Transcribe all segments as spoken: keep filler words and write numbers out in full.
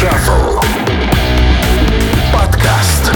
Шафл. Подкаст.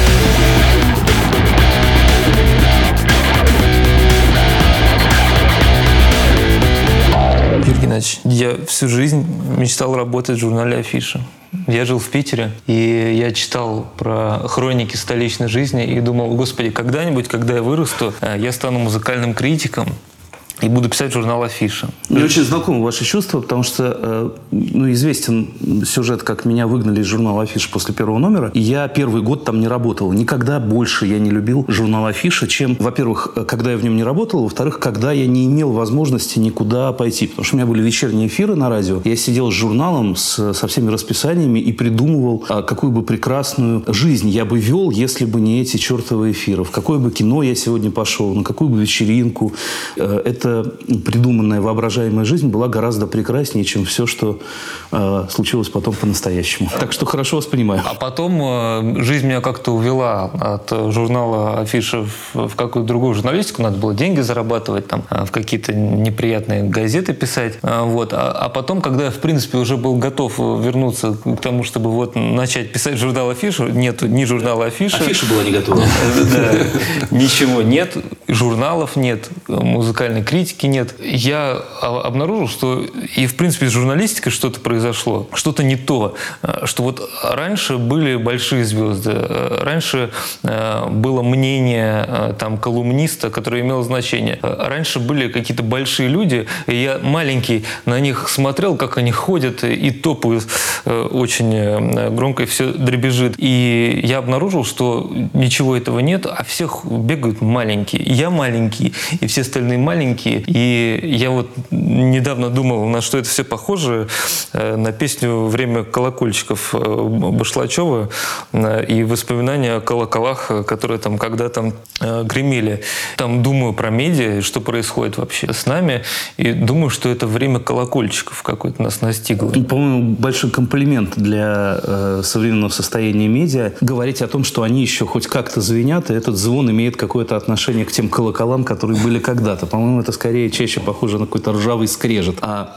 Юрий Геннадьевич, я всю жизнь мечтал работать в журнале «Афиша». Я жил в Питере, и я читал про хроники столичной жизни и думал, господи, когда-нибудь, когда я вырасту, я стану музыкальным критиком и буду писать журнал «Афиша». Мне очень знакомы ваши чувства, потому что ну, известен сюжет, как меня выгнали из журнала «Афиша» после первого номера. И я первый год там не работал. Никогда больше я не любил журнал «Афиша», чем, во-первых, когда я в нем не работал, во-вторых, когда я не имел возможности никуда пойти. Потому что у меня были вечерние эфиры на радио. Я сидел с журналом, с, со всеми расписаниями и придумывал, какую бы прекрасную жизнь я бы вел, если бы не эти чертовы эфиры. В какое бы кино я сегодня пошел, на какую бы вечеринку. Это придуманная воображаемая жизнь была гораздо прекраснее, чем все, что э, случилось потом по-настоящему. Так что хорошо вас понимаю. А потом э, жизнь меня как-то увела от журнала «Афиша» в, в какую-то другую журналистику. Надо было деньги зарабатывать, там, в какие-то неприятные газеты писать. Вот. А, а потом, когда я, в принципе, уже был готов вернуться к тому, чтобы вот начать писать журнал «Афиша», нет ни журнала «Афиша». «Афиша» была не готова. Ничего нет, журналов нет, музыкальной критики нет. Я обнаружил, что и, в принципе, с журналистикой что-то произошло, что-то не то. Что вот раньше были большие звезды, раньше было мнение там, колумниста, которое имело значение. Раньше были какие-то большие люди, и я маленький на них смотрел, как они ходят и топают очень громко, и все дребезжит. И я обнаружил, что ничего этого нет, а всех бегают маленькие. Я маленький, и все остальные маленькие. И я вот недавно думал, на что это все похоже, на песню «Время колокольчиков» Башлачева и воспоминания о колоколах, которые там когда-то гремели. Там думаю про медиа, что происходит вообще с нами, и думаю, что это время колокольчиков какое-то нас настигло. По-моему, большой комплимент для э, современного состояния медиа говорить о том, что они еще хоть как-то звенят, и этот звон имеет какое-то отношение к тем колоколам, которые были когда-то. По-моему, это скорее чаще похоже на какой-то ржавый скрежет. А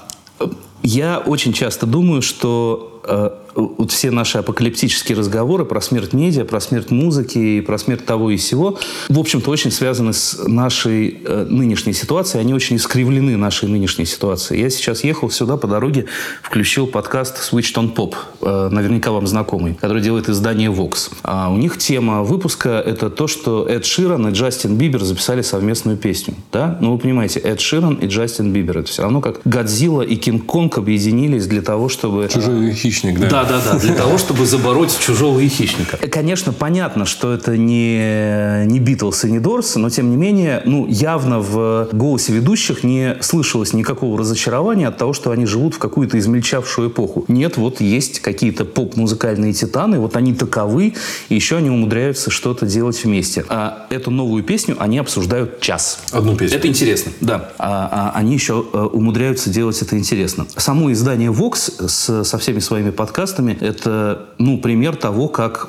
я очень часто думаю, что э, вот все наши апокалиптические разговоры про смерть медиа, про смерть музыки, про смерть того и сего, в общем-то, очень связаны с нашей э, нынешней ситуацией. Они очень искривлены нашей нынешней ситуацией. Я сейчас ехал сюда по дороге, включил подкаст Switched on Pop, э, наверняка вам знакомый, который делает издание Vox. А у них тема выпуска — это то, что Эд Ширан и Джастин Бибер записали совместную песню. Да? Ну, вы понимаете, Эд Ширан и Джастин Бибер — это все равно как Годзилла и Кинг-Конг объединились для того, чтобы... Чужой хищник, да? Да, да, да, для того, чтобы забороть чужого и хищника. Конечно, понятно, что это не, не Битлз и не Дорс, но, тем не менее, ну, явно в голосе ведущих не слышалось никакого разочарования от того, что они живут в какую-то измельчавшую эпоху. Нет, вот есть какие-то поп-музыкальные титаны, вот они таковы, и еще они умудряются что-то делать вместе. А эту новую песню они обсуждают час. Одну песню. Это интересно, да. А, а они еще умудряются делать это интересно. Само издание Vox с, со всеми своими подкастами — это, ну, пример того, как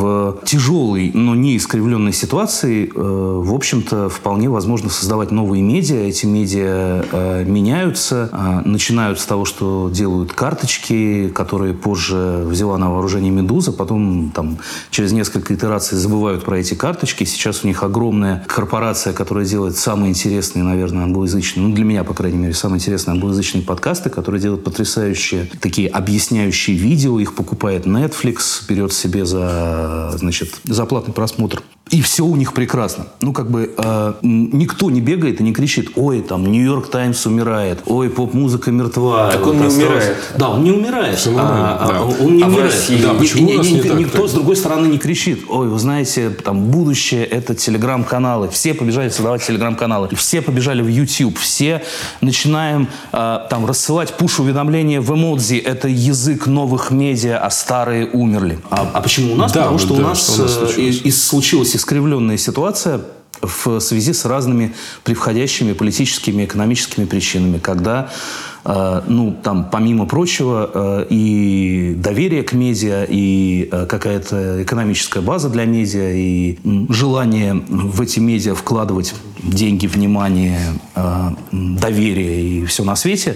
в тяжелой, но не искривленной ситуации, э, в общем-то, вполне возможно создавать новые медиа. Эти медиа э, меняются, э, начинают с того, что делают карточки, которые позже взяла на вооружение «Медуза», потом там, через несколько итераций забывают про эти карточки. Сейчас у них огромная корпорация, которая делает самые интересные, наверное, англоязычные, ну, для меня, по крайней мере, самые интересные англоязычные подкасты, которые делают потрясающие такие объясняющие видео. Их покупает Netflix, берет себе за значит, за платный просмотр. И все у них прекрасно. Ну, как бы э, никто не бегает и не кричит: ой, там, Нью-Йорк Таймс умирает, ой, поп-музыка мертва. Так он вот, не осталось... умирает. Да, он не умирает. А, а, да. Он не а умирает. Да, почему и, у нас и, не и, так, никто, так? с другой стороны, не кричит: ой, вы знаете, там, будущее — это телеграм-каналы. Все побежали создавать телеграм-каналы. Все побежали в YouTube. Все начинаем э, там рассылать пуш-уведомления в эмодзи. Это язык новых медиа, а старые умерли. А, а почему у нас? Да, Потому вот что да, у нас, что у нас э, случилось? и, и случилась искривленная ситуация в связи с разными превходящими политическими и экономическими причинами, когда э, ну, там, помимо прочего, э, и доверие к медиа, и э, какая-то экономическая база для медиа, и м, желание в эти медиа вкладывать деньги, внимание, э, доверие и все на свете,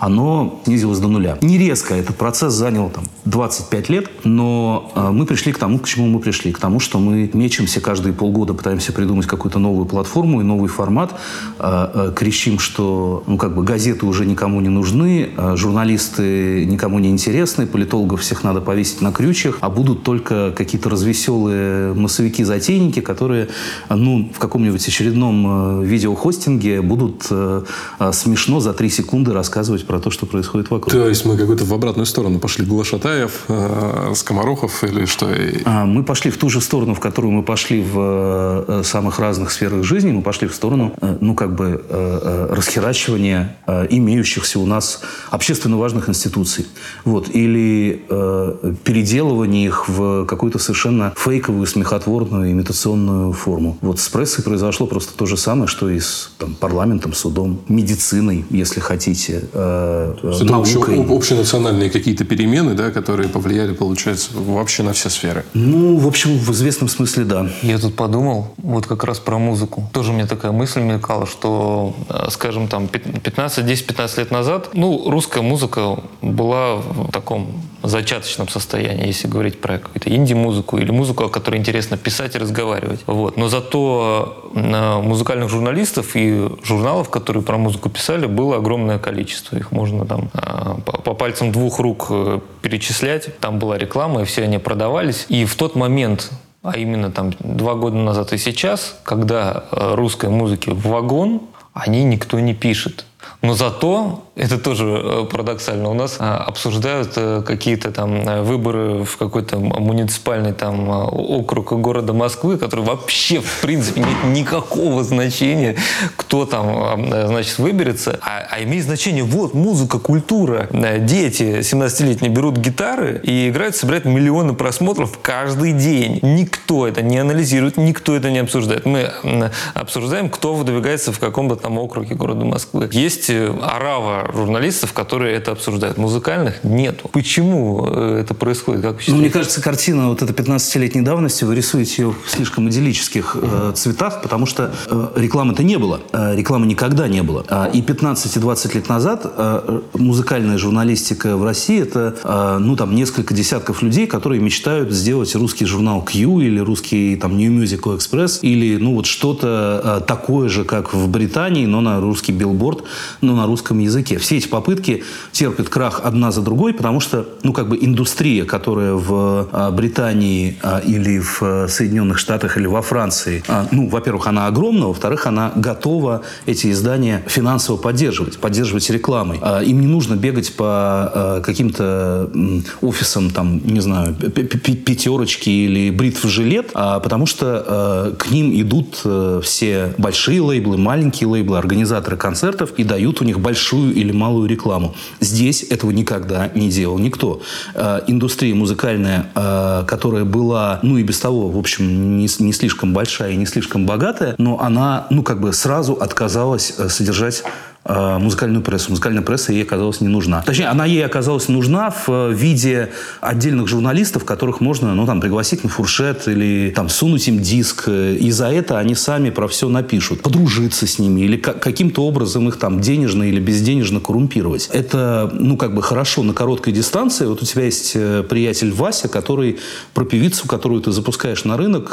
оно снизилось до нуля. Не резко этот процесс занял там, двадцать пять лет, но э, мы пришли к тому, к чему мы пришли. К тому, что мы мечемся каждые полгода, пытаемся придумать какую-то новую платформу и новый формат. Э, э, кричим, что ну, как бы, газеты уже никому не нужны, э, журналисты никому не интересны, политологов всех надо повесить на крючьях, а будут только какие-то развеселые массовики-затейники, которые ну, в каком-нибудь очередном э, видеохостинге будут э, э, смешно за три секунды рассказывать про то, что происходит вокруг. То есть мы как-то в обратную сторону пошли. Глашатаев, э, Скоморохов или что? Мы пошли в ту же сторону, в которую мы пошли в э, самых разных сферах жизни. Мы пошли в сторону, э, ну, как бы, э, расхерачивания э, имеющихся у нас общественно важных институций. Вот. Или э, переделывания их в какую-то совершенно фейковую, смехотворную, имитационную форму. Вот с прессой произошло просто то же самое, что и с там, парламентом, судом, медициной, если хотите, э, э, наукой. Об, общенациональные какие-то перемены, да, которые повлияли, получается, вообще на все сферы. Ну, в общем, в известном смысле, да. Я тут подумал, вот как раз про музыку. Тоже мне такая мысль мелькала, что, скажем, там, десять-пятнадцать лет назад, ну, русская музыка была в таком зачаточном состоянии, если говорить про какую-то инди-музыку или музыку, о которой интересно писать и разговаривать. Вот. Но зато музыкальных журналистов и журналов, которые про музыку писали, было огромное количество. Их можно там по пальцам двух рук перечислять. Там была реклама, и все они продавались. И в тот момент, а именно там два года назад и сейчас, когда русской музыки в вагон, о ней никто не пишет. Но зато, это тоже парадоксально, у нас обсуждают какие-то там выборы в какой-то муниципальный там округ города Москвы, который вообще, в принципе, нет никакого значения, кто там, значит, выберется. А, а имеет значение, вот, музыка, культура. Дети семнадцатилетние берут гитары и играют, собирают миллионы просмотров каждый день. Никто это не анализирует, никто это не обсуждает. Мы обсуждаем, кто выдвигается в каком-то там округе города Москвы. Есть орава журналистов, которые это обсуждают. Музыкальных нету. Почему это происходит? Как ну, мне кажется, картина вот этой пятнадцатилетней давности, вы рисуете ее в слишком идиллических э, цветах, потому что э, рекламы-то не было. Э, рекламы никогда не было. Э, и пятнадцать и двадцать лет назад э, музыкальная журналистика в России — это э, ну, там, несколько десятков людей, которые мечтают сделать русский журнал Q или русский там, New Musical Express или ну, вот что-то э, такое же, как в Британии, но на русский билборд, но на русском языке. Все эти попытки терпят крах одна за другой, потому что, ну, как бы индустрия, которая в а, Британии а, или в Соединенных Штатах или во Франции, а, ну, во-первых, она огромна, во-вторых, она готова эти издания финансово поддерживать, поддерживать рекламой. А, им не нужно бегать по а, каким-то м, офисам, там, не знаю, пятерочки или бритв-жилет, а, потому что а, к ним идут а, все большие лейблы, маленькие лейблы, организаторы концертов и дают у них большую или малую рекламу. Здесь этого никогда не делал никто. Э, индустрия музыкальная, э, которая была, ну и без того, в общем, не, не слишком большая и не слишком богатая, но она, ну как бы сразу отказалась содержать музыкальную прессу. Музыкальная пресса ей оказалась не нужна. Точнее, она ей оказалась нужна в виде отдельных журналистов, которых можно, ну, там, пригласить на фуршет или там сунуть им диск. И за это они сами про все напишут. Подружиться с ними или каким-то образом их там денежно или безденежно коррумпировать. Это, ну, как бы хорошо на короткой дистанции. Вот у тебя есть приятель Вася, который про певицу, которую ты запускаешь на рынок,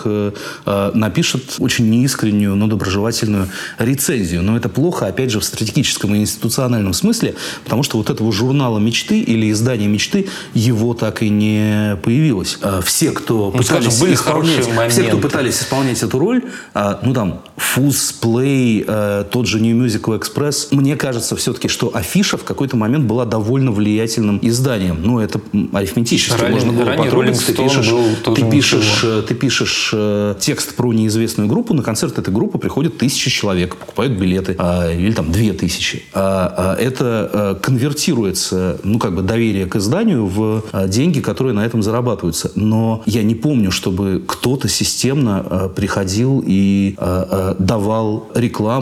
напишет очень неискреннюю, но доброжелательную рецензию. Но это плохо, опять же, в стратегическом и институциональном смысле, потому что вот этого журнала мечты или издания мечты, его так и не появилось. Все, кто ну, пытались скажем, были исполнять, все, кто пытались исполнять эту роль, ну там, Фуз, Плей, тот же New Musical Express, мне кажется все-таки, что Афиша в какой-то момент была довольно влиятельным изданием. Ну, это арифметически. Ранее, можно было потрогать. Ты пишешь, ты, пишешь, ты пишешь текст про неизвестную группу, на концерт этой группы приходят тысячи человек, покупают билеты, или там две тысячи. Это конвертируется, ну, как бы доверие к изданию в деньги, которые на этом зарабатываются. Но я не помню, чтобы кто-то системно приходил и давал рекламу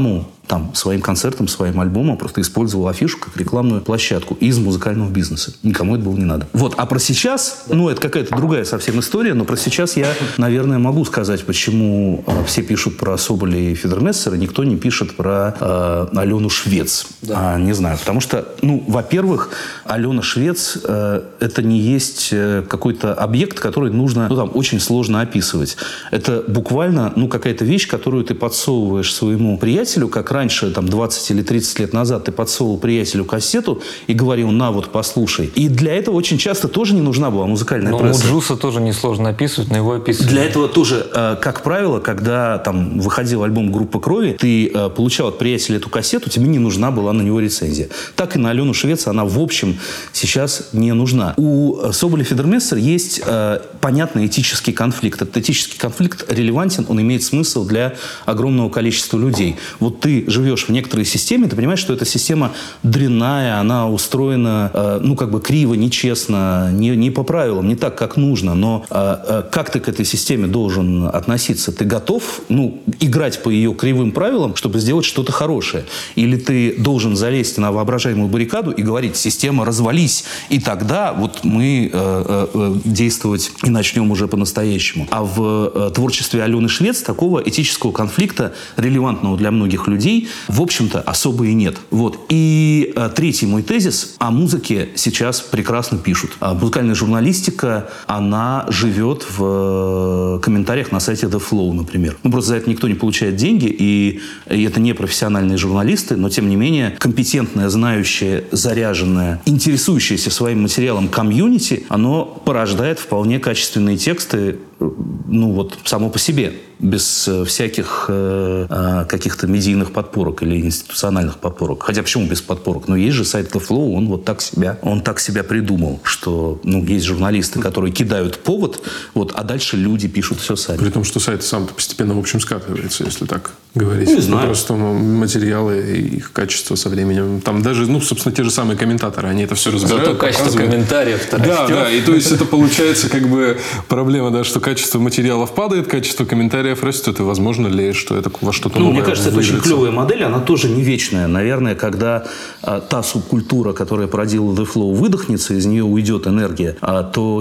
там, своим концертом, своим альбомом, просто использовал афишу как рекламную площадку из музыкального бизнеса. Никому это было не надо. Вот. А про сейчас, ну, это какая-то другая совсем история, но про сейчас я, наверное, могу сказать, почему э, все пишут про Соболя и Федермессера, никто не пишет про э, Алену Швец. Да. А, не знаю, потому что, ну, во-первых, Алена Швец э, это не есть э, какой-то объект, который нужно, ну, там, очень сложно описывать. Это буквально, ну, какая-то вещь, которую ты подсовываешь своему приятелю, как раньше, там, двадцать или тридцать лет назад ты подсовывал приятелю кассету и говорил: на, вот, послушай. И для этого очень часто тоже не нужна была музыкальная но пресса. Но Джуса тоже несложно описывать, но его описывать. Для этого тоже, как правило, когда там выходил альбом «Группа Крови», ты получал от приятеля эту кассету, тебе не нужна была на него рецензия. Так и на Алену Швец она, в общем, сейчас не нужна. У Соболя Федермессера есть понятный этический конфликт. Этот этический конфликт релевантен, он имеет смысл для огромного количества людей. Вот ты живешь в некоторой системе, ты понимаешь, что эта система дрянная, она устроена, э, ну, как бы криво, нечестно, не, не по правилам, не так, как нужно. Но э, э, как ты к этой системе должен относиться? Ты готов, ну, играть по ее кривым правилам, чтобы сделать что-то хорошее? Или ты должен залезть на воображаемую баррикаду и говорить: система, развались, и тогда вот мы э, э, действовать и начнем уже по-настоящему. А в э, творчестве Алены Швец такого этического конфликта, релевантного для многих людей, в общем-то, особо и нет. Вот. И а, третий мой тезис: о музыке сейчас прекрасно пишут. А музыкальная журналистика, она живет в э, комментариях на сайте The Flow, например. Ну, просто за это никто не получает деньги, и, и это не профессиональные журналисты, но, тем не менее, компетентное, знающее, заряженное, интересующееся своим материалом комьюнити, оно порождает вполне качественные тексты, ну, вот, само по себе, без э, всяких э, э, каких-то медийных подпорок или институциональных подпорок. Хотя почему без подпорок? Но есть же сайт The Flow, он вот так себя, он так себя придумал, что, ну, есть журналисты, которые кидают повод, вот, а дальше люди пишут все сами. При том, что сайт сам-то постепенно, в общем, скатывается, если так говорить. Не знаю. Просто материалы и их качество со временем. Там даже, ну, собственно, те же самые комментаторы, они это все разбирают. Зато качество показывают. Комментариев-то Да, растет. да, и то есть это получается как бы проблема, да, что качество материалов падает, качество комментариев растет, и возможно ли, что это во что-то Ну, новое мне кажется, это выльется. очень клевая модель, она тоже не вечная. Наверное, когда а, та субкультура, которая породила The Flow, выдохнется, из нее уйдет энергия, а, то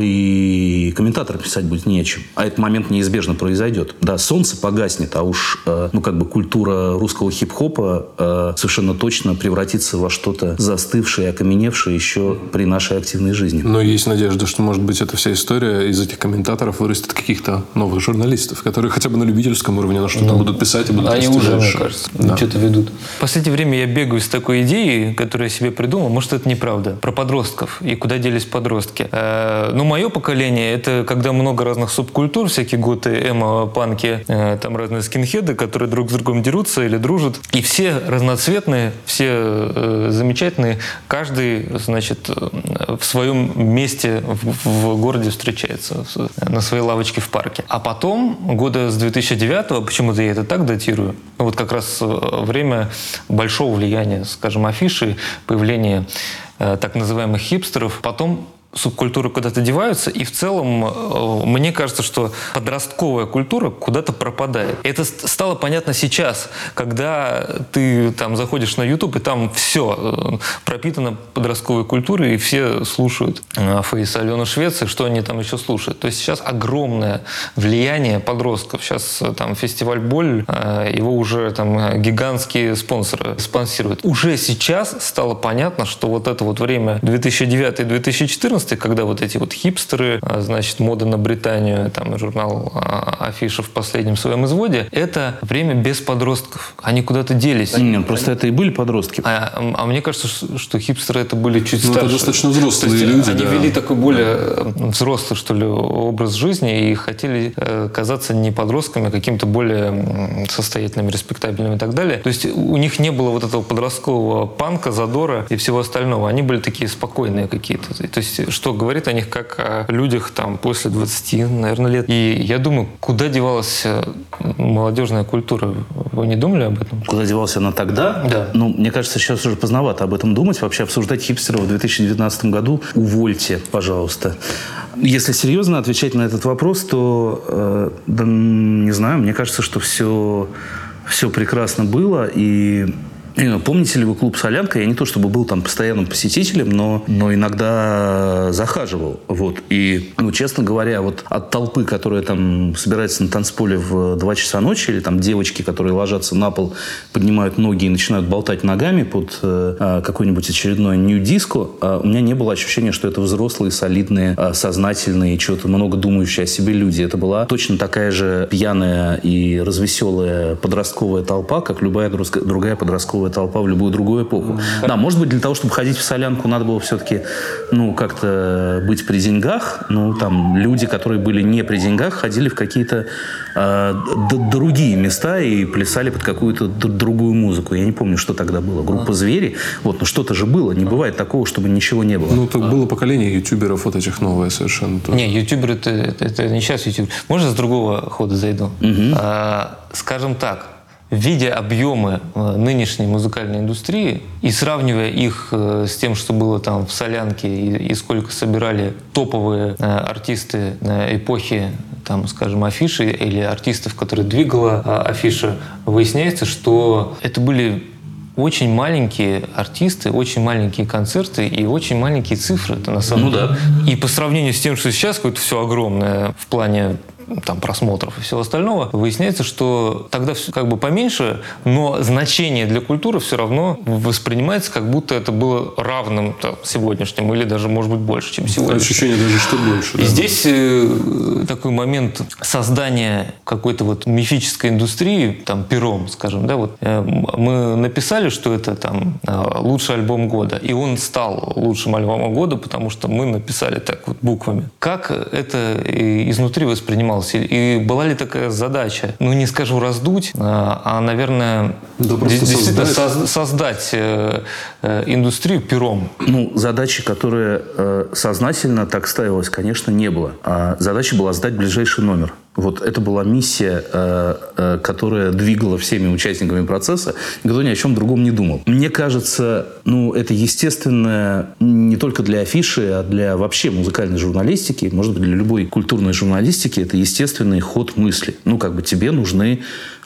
и комментатор писать будет не о чем. А этот момент неизбежно произойдет. Да, солнце погаснет, а уж, а, ну, как бы культура русского хип-хопа а, совершенно точно превратится во что-то застывшее, окаменевшее еще при нашей активной жизни. Но есть надежда, что, может быть, эта вся история из этих комментаторов вырастет каких-то новых журналистов, которые хотя бы на любительском уровне на что-то Ну, будут писать и будут они вести уже, дальше. мне кажется, Да. что-то ведут. В последнее время я бегаю с такой идеей, которую я себе придумал. Может, это неправда. Про подростков и куда делись подростки. Э, ну, мое поколение — это когда много разных субкультур, всякие готы, эмо, панки, э, там разные скинхеды, которые друг с другом дерутся или дружат. И все разноцветные, все э, замечательные. Каждый, значит, в своем месте в, в городе встречается, на своей лавочке в парке. А потом, года с две тысячи девятого, почему-то я это так датирую, ну, вот как раз время большого влияния, скажем, афиши, появления э, так называемых хипстеров. Потом субкультуры куда-то деваются, и в целом э, мне кажется, что подростковая культура куда-то пропадает. Это ст- стало понятно сейчас, когда ты там заходишь на YouTube, и там все э, пропитано подростковой культурой, и все слушают э, Фейс, Алену Швец, и что они там еще слушают. То есть сейчас огромное влияние подростков. Сейчас э, там фестиваль «Боль», э, его уже там гигантские спонсоры спонсируют. Уже сейчас стало понятно, что вот это вот время две тысячи девятый - две тысячи четырнадцатый, когда вот эти вот хипстеры, значит, мода на Британию, там журнал Афиша в последнем своем изводе, это время без подростков. Они куда-то делись. Нет, просто это и были подростки. А, а мне кажется, что хипстеры это были чуть Ну, старше. это достаточно взрослые То есть люди, они да. вели такой более взрослый, что ли, образ жизни и хотели э, казаться не подростками, а каким-то более состоятельными, респектабельными и так далее. То есть у них не было вот этого подросткового панка, задора и всего остального. Они были такие спокойные какие-то. То есть что говорит о них как о людях там после двадцати, наверное, лет. И я думаю, куда девалась молодежная культура? Вы не думали об этом? Куда девалась она тогда? Да. Ну, мне кажется, сейчас уже поздновато об этом думать. Вообще обсуждать хипстеров в две тысячи девятнадцатом году увольте, пожалуйста. Если серьезно отвечать на этот вопрос, то, э, да, не знаю, мне кажется, что все все прекрасно было, и... Помните ли вы клуб «Солянка»? Я не то чтобы был там постоянным посетителем, но, но иногда захаживал. Вот. И, ну, честно говоря, вот от толпы, которая там собирается на танцполе в два часа ночи, или там девочки, которые ложатся на пол, поднимают ноги и начинают болтать ногами под э, какой-нибудь очередной нью-диско, э, у меня не было ощущения, что это взрослые, солидные, э, сознательные, что-то много думающие о себе люди. Это была точно такая же пьяная и развеселая подростковая толпа, как любая другая подростковая толпа в любую другую эпоху. Mm-hmm. Да, может быть, для того, чтобы ходить в «Солянку», надо было все-таки, ну, как-то быть при деньгах. Ну, там, люди, которые были не при деньгах, ходили в какие-то э, д- другие места и плясали под какую-то д- другую музыку. Я не помню, что тогда было. Группа «Звери». Вот, ну, что-то же было. Не бывает такого, чтобы ничего не было. Ну, так было поколение ютуберов вот этих новое совершенно. Тоже. Не, ютуберы, это, это, это не сейчас ютубер. Можно с другого хода зайду? Mm-hmm. А, скажем так, видя объемы нынешней музыкальной индустрии и сравнивая их с тем, что было там в «Солянке» и, и сколько собирали топовые артисты эпохи, там, скажем, афиши или артистов, которые двигала афиша, выясняется, что это были очень маленькие артисты, очень маленькие концерты и очень маленькие цифры. Это на самом ну, деле. Да. И по сравнению с тем, что сейчас какое-то все огромное в плане там, просмотров и всего остального, выясняется, что тогда все как бы поменьше, но значение для культуры все равно воспринимается, как будто это было равным там, сегодняшним, или даже, может быть, больше, чем сегодня. Ощущение даже, что больше. И да. Здесь э, такой момент создания какой-то вот мифической индустрии, там, пером, скажем, да, вот э, мы написали, что это там лучший альбом года, и он стал лучшим альбомом года, потому что мы написали так вот буквами. Как это изнутри воспринималось? И была ли такая задача, ну не скажу раздуть, а, а наверное, да действительно создать, создать э, э, индустрию пером? Ну, задачи, которая э, сознательно так ставилась, конечно, не было. А задача была сдать ближайший номер. Вот это была миссия, э, э, которая двигала всеми участниками процесса. Никто ни о чем другом не думал. Мне кажется, ну, это естественно не только для афиши, а для вообще музыкальной журналистики, может быть, для любой культурной журналистики, это естественный ход мысли. Ну, как бы тебе нужны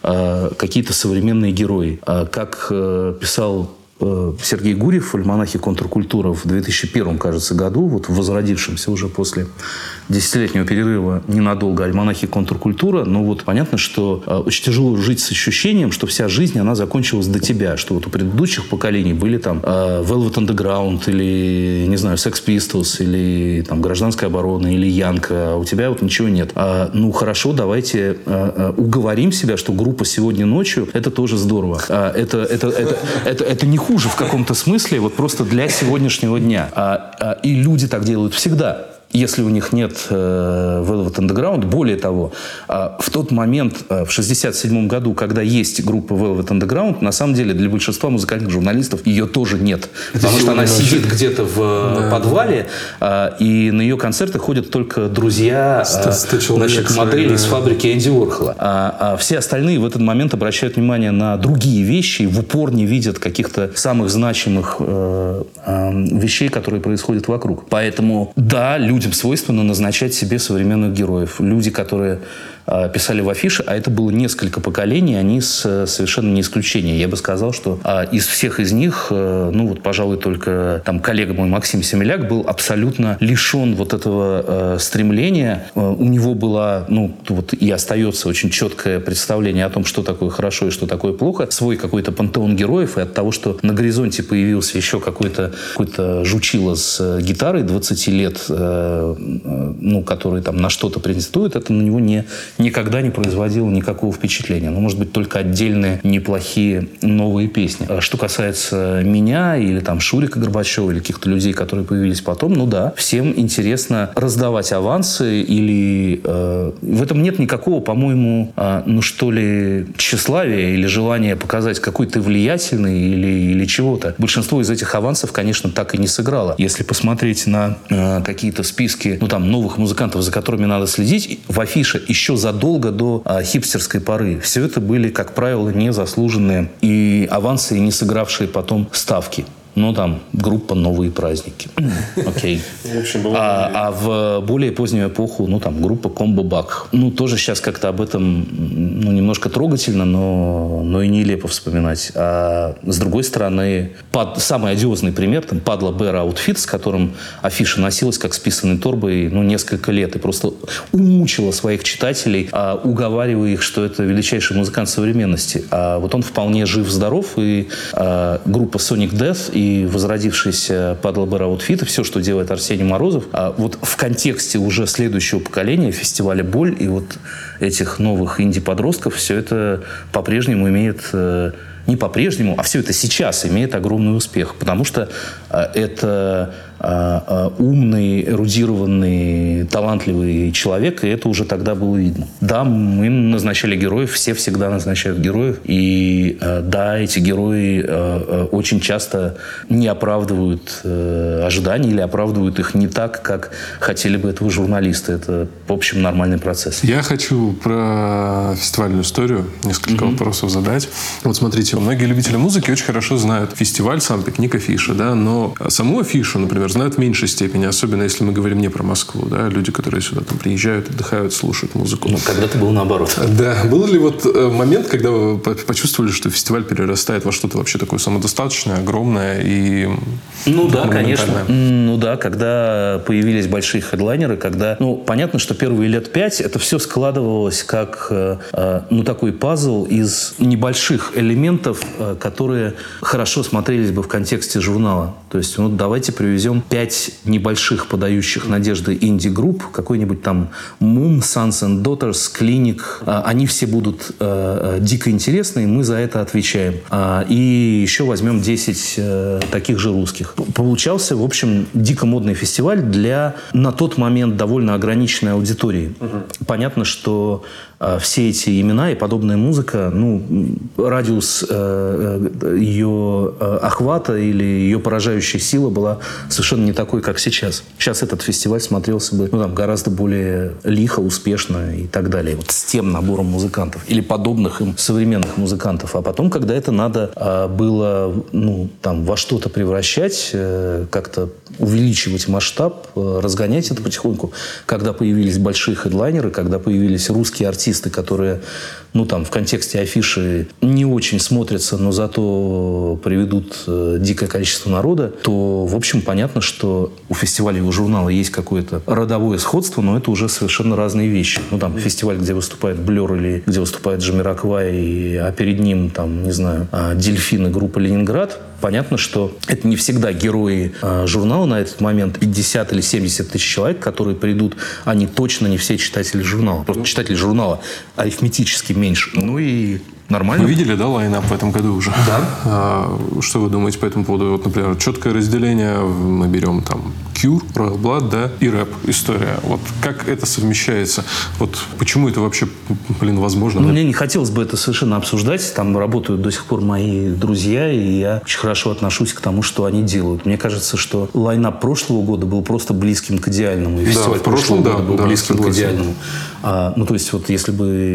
э, какие-то современные герои. А как э, писал Сергей Гурьев в альманахе «Контркультура» в две тысячи первом, кажется, году, вот в возродившемся уже после десятилетнего перерыва ненадолго альманахе «Контркультура», но вот понятно, что э, очень тяжело жить с ощущением, что вся жизнь, она закончилась до тебя, что вот у предыдущих поколений были там э, Velvet Underground или, не знаю, Sex Pistols или там Гражданская оборона или Янка, а у тебя вот ничего нет. А, ну, хорошо, давайте э, э, уговорим себя, что группа «Сегодня ночью» — это тоже здорово. А, это, это, это, это, это не хуже в каком-то смысле, вот просто для сегодняшнего дня. А, а, и люди так делают всегда. Если у них нет э, Velvet Underground, более того, э, в тот момент, э, в шестьдесят седьмом году, когда есть группа Velvet Underground, на самом деле для большинства музыкальных журналистов ее тоже нет. Это потому что она ночью. сидит где-то в да. подвале, э, и на ее концерты ходят только друзья э, значит, модели из фабрики Энди Уорхола. А, а все остальные в этот момент обращают внимание на другие вещи, в упор не видят каких-то самых значимых э, э, вещей, которые происходят вокруг. Поэтому, да, люди Людям свойственно назначать себе современных героев. Люди, которые э, писали в афише, а это было несколько поколений, они с, совершенно не исключение. Я бы сказал, что э, из всех из них, э, ну вот, пожалуй, только там коллега мой Максим Семеляк был абсолютно лишен вот этого э, стремления. Э, у него было, ну, вот и остается очень четкое представление о том, что такое хорошо и что такое плохо. Свой какой-то пантеон героев, и от того, что на горизонте появился еще какой-то, какой-то жучило с гитарой двадцати лет, э, ну, который там на что-то претендует, это на него не, никогда не производило никакого впечатления. Ну, может быть, только отдельные неплохие новые песни. А что касается меня или там Шурика Горбачева или каких-то людей, которые появились потом, ну да, всем интересно раздавать авансы или... Э, в этом нет никакого, по-моему, э, ну что ли, тщеславия или желания показать, какой ты влиятельный или, или чего-то. Большинство из этих авансов, конечно, так и не сыграло. Если посмотреть на э, какие-то списки, ну, там, новых музыкантов, за которыми надо следить, в афише еще задолго до а, хипстерской поры. Все это были, как правило, незаслуженные и авансы, и не сыгравшие потом ставки. ну, там, группа «Новые праздники». Окей. А, а в более позднюю эпоху, ну, там, группа «Комбо Бак». Ну, тоже сейчас как-то об этом, ну, немножко трогательно, но, но и нелепо вспоминать. А с другой стороны, под, самый одиозный пример, там, Падла Бэр Аутфит, с которым афиша носилась как с писаной торбой, ну, несколько лет, и просто умучила своих читателей, а, уговаривая их, что это величайший музыкант современности. А вот он вполне жив-здоров, и а, группа Sonic Death и возродившийся Падла Бэр Аутфит, все, что делает Арсений Морозов, а вот в контексте уже следующего поколения фестиваля «Боль» и вот этих новых инди-подростков, все это по-прежнему имеет... Не по-прежнему, а все это сейчас имеет огромный успех, потому что это умный, эрудированный, талантливый человек, и это уже тогда было видно. Да, мы назначали героев, все всегда назначают героев, и да, эти герои очень часто не оправдывают ожиданий или оправдывают их не так, как хотели бы этого журналисты. Это, в общем, нормальный процесс. Я хочу про фестивальную историю несколько mm-hmm. вопросов задать. Вот смотрите, многие любители музыки очень хорошо знают фестиваль, сам пикник, афиша, да, но саму афишу, например, знают в меньшей степени, особенно если мы говорим не про Москву, да, люди, которые сюда там приезжают, отдыхают, слушают музыку. Ну, когда-то было наоборот. Да. Был ли вот момент, когда вы почувствовали, что фестиваль перерастает во что-то вообще такое самодостаточное, огромное и Ну да, конечно. Ну да, когда появились большие хедлайнеры, когда, ну, понятно, что первые лет пять это все складывалось как, э, ну, такой пазл из небольших элементов, э, которые хорошо смотрелись бы в контексте журнала. То есть, ну, давайте привезем пять небольших подающих надежды инди-групп, какой-нибудь там Moon, Sons and Daughters, Clinic. Э, они все будут э, дико интересны, и мы за это отвечаем. Э, и еще возьмем десять э, таких же русских. Получался, в общем, дико модный фестиваль для, на тот момент, довольно ограниченной аудитории. Uh-huh. Понятно, что э, все эти имена и подобная музыка, ну, радиус э, ее э, охвата или ее поражающая сила была совершенно не такой, как сейчас. Сейчас этот фестиваль смотрелся бы, ну, там, гораздо более лихо, успешно и так далее. Вот с тем набором музыкантов или подобных им современных музыкантов. А потом, когда это надо э, было, ну, там, во что-то превращать, э, как-то увеличивать масштаб, э, разгонять это потихоньку, когда появились большие хедлайнеры, когда появились русские артисты, которые, ну, там, в контексте афиши не очень смотрятся, но зато приведут э, дикое количество народа, то, в общем, понятно, что у фестиваля и у журнала есть какое-то родовое сходство, но это уже совершенно разные вещи. Ну, там, фестиваль, где выступает Блер или где выступает Джамироквай, а перед ним, там, не знаю, Дельфины, группа «Ленинград», понятно, что это не всегда герои э, журнала на этот момент. пятьдесят или семьдесят тысяч человек, которые придут, они точно не все читатели журнала. Просто читатели журнала арифметически меньше. Ну и нормально. Вы видели, да, лайнап в этом году уже? Да. А, что вы думаете по этому поводу? Вот, например, четкое разделение, мы берем там Cure, Royal Blood, да, и рэп история. Вот как это совмещается? Вот почему это вообще, блин, возможно? Ну, мне не хотелось бы это совершенно обсуждать. Там работают до сих пор мои друзья, и я очень хорошо отношусь к тому, что они делают. Мне кажется, что лайнап прошлого года был просто близким к идеальному. И да, фестиваль в прошлом прошлого года да, был да, близким согласен. к идеальному. А, ну, то есть, вот если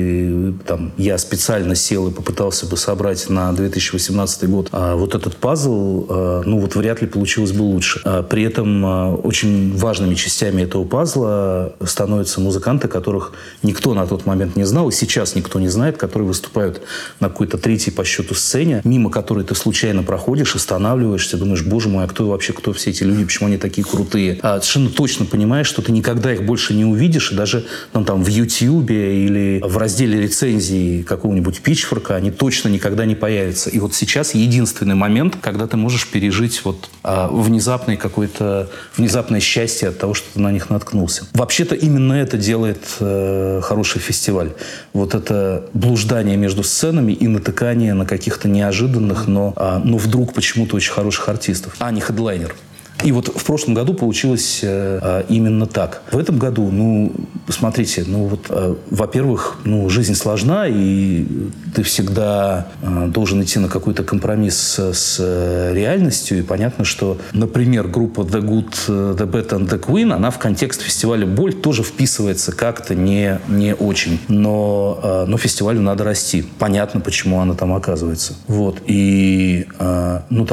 бы там, я специально сел и попытался бы собрать на две тысячи восемнадцатый год а, вот этот пазл, а, ну, вот вряд ли получилось бы лучше. А, при этом а, очень важными частями этого пазла становятся музыканты, которых никто на тот момент не знал, и сейчас никто не знает, которые выступают на какой-то третьей по счету сцене, мимо которой ты случайно проходишь, останавливаешься, думаешь, боже мой, а кто вообще, кто все эти люди, почему они такие крутые? А совершенно точно понимаешь, что ты никогда их больше не увидишь, и даже ну, там, в Ютьюбе или в разделе рецензий какого-нибудь Pitchfork они точно никогда не появятся. И вот сейчас единственный момент, когда ты можешь пережить вот, а, внезапный какой-то, внезапное счастье от того, что ты на них наткнулся. Вообще-то именно это делает э, хороший фестиваль. Вот это блуждание между сценами и натыкание на каких-то неожиданных, но, а, но вдруг почему-то очень хороших артистов, а не хедлайнер. И вот в прошлом году получилось э, именно так. В этом году, ну, смотрите, ну вот, э, во-первых, ну, жизнь сложна, и ты всегда э, должен идти на какой-то компромисс с, с э, реальностью. И понятно, что, например, группа The Good, The Bad and The Queen, она в контекст фестиваля «Боль» тоже вписывается как-то не, не очень. Но, э, но фестивалю надо расти. Понятно, почему она там оказывается. Вот. И, э, ну, там,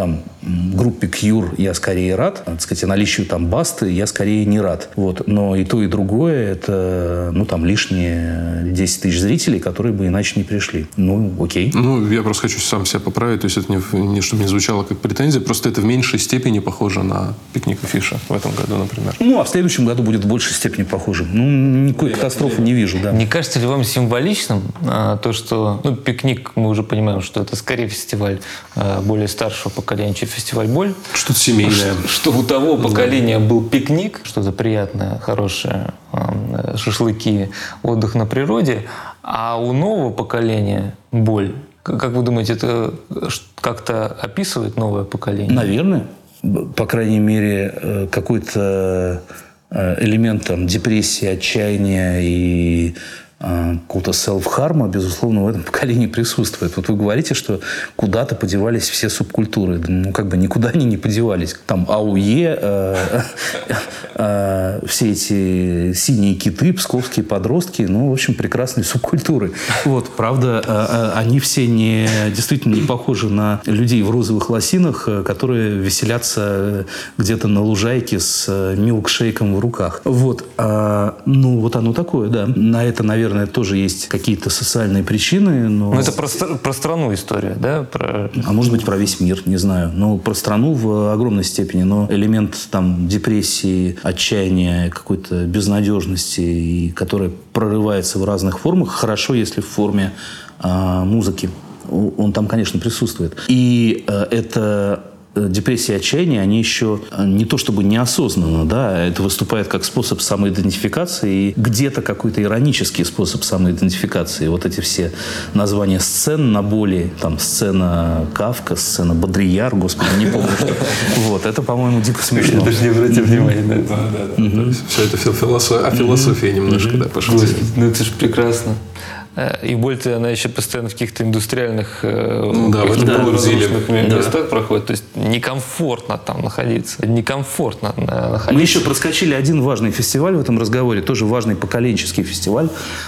группе Cure я скорее рад, так сказать, наличию там Басты я скорее не рад. Вот. Но и то, и другое это, ну, там, лишние десять тысяч зрителей, которые бы иначе не пришли. Ну, окей. Ну, я просто хочу сам себя поправить, то есть это не, не чтобы не звучало как претензия, просто это в меньшей степени похоже на пикник Афиша в этом году, например. Ну, а в следующем году будет в большей степени похоже. Ну, никакой катастрофы не вижу, да. Не кажется ли вам символичным а, то, что, ну, пикник, мы уже понимаем, что это скорее фестиваль а, более старшего поколения, чем фестиваль «Боль». Что-то семейное. Что, что у того поколения был пикник, что-то приятное, хорошее, а, шашлыки, отдых на природе, а у нового поколения «Боль». Как вы думаете, это как-то описывает новое поколение? Наверное. По крайней мере, какой-то элемент там, депрессии, отчаяния и какого-то селф-харма, безусловно, в этом поколении присутствует. Вот вы говорите, что куда-то подевались все субкультуры. Ну, как бы никуда они не подевались. Там АУЕ, э, э, все эти синие киты, псковские подростки, ну, в общем, прекрасные субкультуры. Вот, правда, э, они все не, действительно не похожи на людей в розовых лосинах, которые веселятся где-то на лужайке с милкшейком в руках. Вот. А, ну, вот оно такое, да. На это, наверное, Наверное, тоже есть какие-то социальные причины. Но... Ну, это про, про страну история, да? Про... А может быть, про весь мир, не знаю. Ну, про страну в огромной степени. Но элемент там депрессии, отчаяния, какой-то безнадежности, и, которая прорывается в разных формах, хорошо, если в форме а, музыки. Он там, конечно, присутствует. И а, это... депрессия и отчаяние, они еще не то чтобы неосознанно, да, это выступает как способ самоидентификации и где-то какой-то иронический способ самоидентификации. Вот эти все названия сцен на боли, там, сцена Кафка, сцена Бодрияр, господи, не помню, что. Вот, это, по-моему, дико смешно. Я даже не обратил внимания на это. Да, да, да. Все это философия, а философия немножко, да, пошутили. Ну, это же прекрасно. И более-то она еще постоянно в каких-то индустриальных, ну, да, каких-то да, полуразрушенных да. местах проходит. То есть некомфортно там находиться. Некомфортно находиться. Мы еще проскочили один важный фестиваль в этом разговоре, тоже важный поколенческий фестиваль.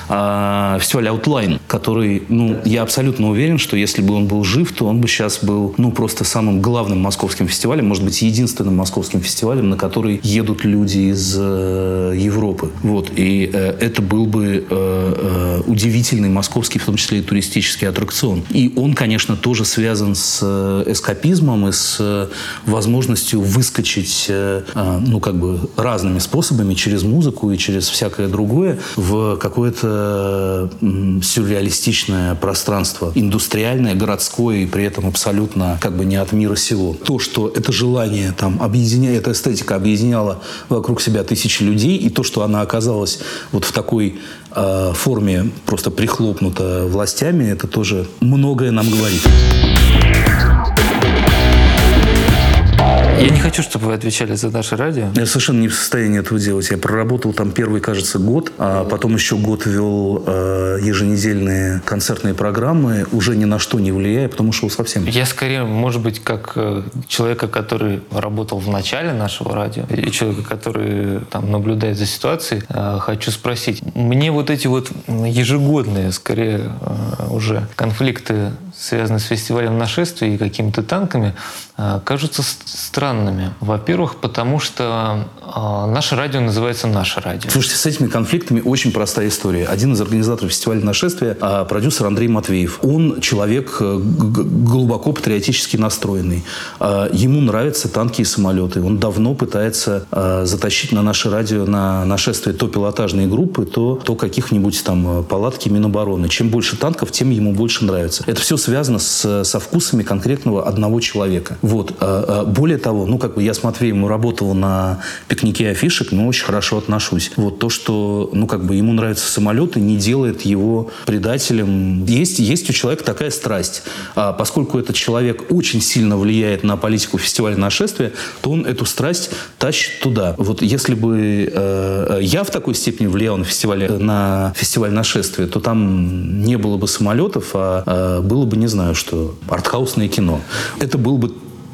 А, фестиваль Outline, который, ну, я абсолютно уверен, что если бы он был жив, то он бы сейчас был, ну, просто самым главным московским фестивалем, может быть, единственным московским фестивалем, на который едут люди из э, Европы. Вот. И э, это был бы э, э, удивительный московский, в том числе и туристический аттракцион. И он, конечно, тоже связан с эскапизмом и с возможностью выскочить, ну, как бы разными способами, через музыку и через всякое другое, в какое-то сюрреалистичное пространство, индустриальное, городское, и при этом абсолютно как бы не от мира сего. То, что это желание, там, объединя... эта эстетика объединяла вокруг себя тысячи людей, и то, что она оказалась вот в такой э, форме просто прихлопнута властями, это тоже многое нам говорит. Я не хочу, чтобы вы отвечали за наше радио. Я совершенно не в состоянии этого делать. Я проработал там первый, кажется, год, а потом еще год вел э, еженедельные концертные программы, уже ни на что не влияя, потому что совсем... Я скорее, может быть, как э, человека, который работал в начале нашего радио, и человека, который там наблюдает за ситуацией, э, хочу спросить. Мне вот эти вот ежегодные, скорее, э, уже конфликты, связанные с фестивалем нашествия и какими-то танками, э, кажутся странными. Во-первых, потому что э, наше радио называется «Наше радио». Слушайте, с этими конфликтами очень простая история. Один из организаторов фестиваля «Нашествия», э, продюсер Андрей Матвеев, он человек э, глубоко патриотически настроенный. Э, ему нравятся танки и самолеты. Он давно пытается э, затащить на наше радио, на «Нашествие» то пилотажные группы, то, то каких-нибудь там палатки Минобороны. Чем больше танков, тем ему больше нравится. Это все связано с, со вкусами конкретного одного человека. Вот. Э, э, более того, ну, как бы я с Матвеем работал на пикнике афишек, но очень хорошо отношусь. Вот то, что, ну, как бы ему нравятся самолеты, не делает его предателем. Есть, есть у человека такая страсть. А поскольку этот человек очень сильно влияет на политику фестиваля «Нашествия», то он эту страсть тащит туда. Вот если бы э, я в такой степени влиял на фестиваль, на фестиваль «Нашествия», то там не было бы самолетов, а э, было бы, не знаю, что, артхаусное кино. Это был бы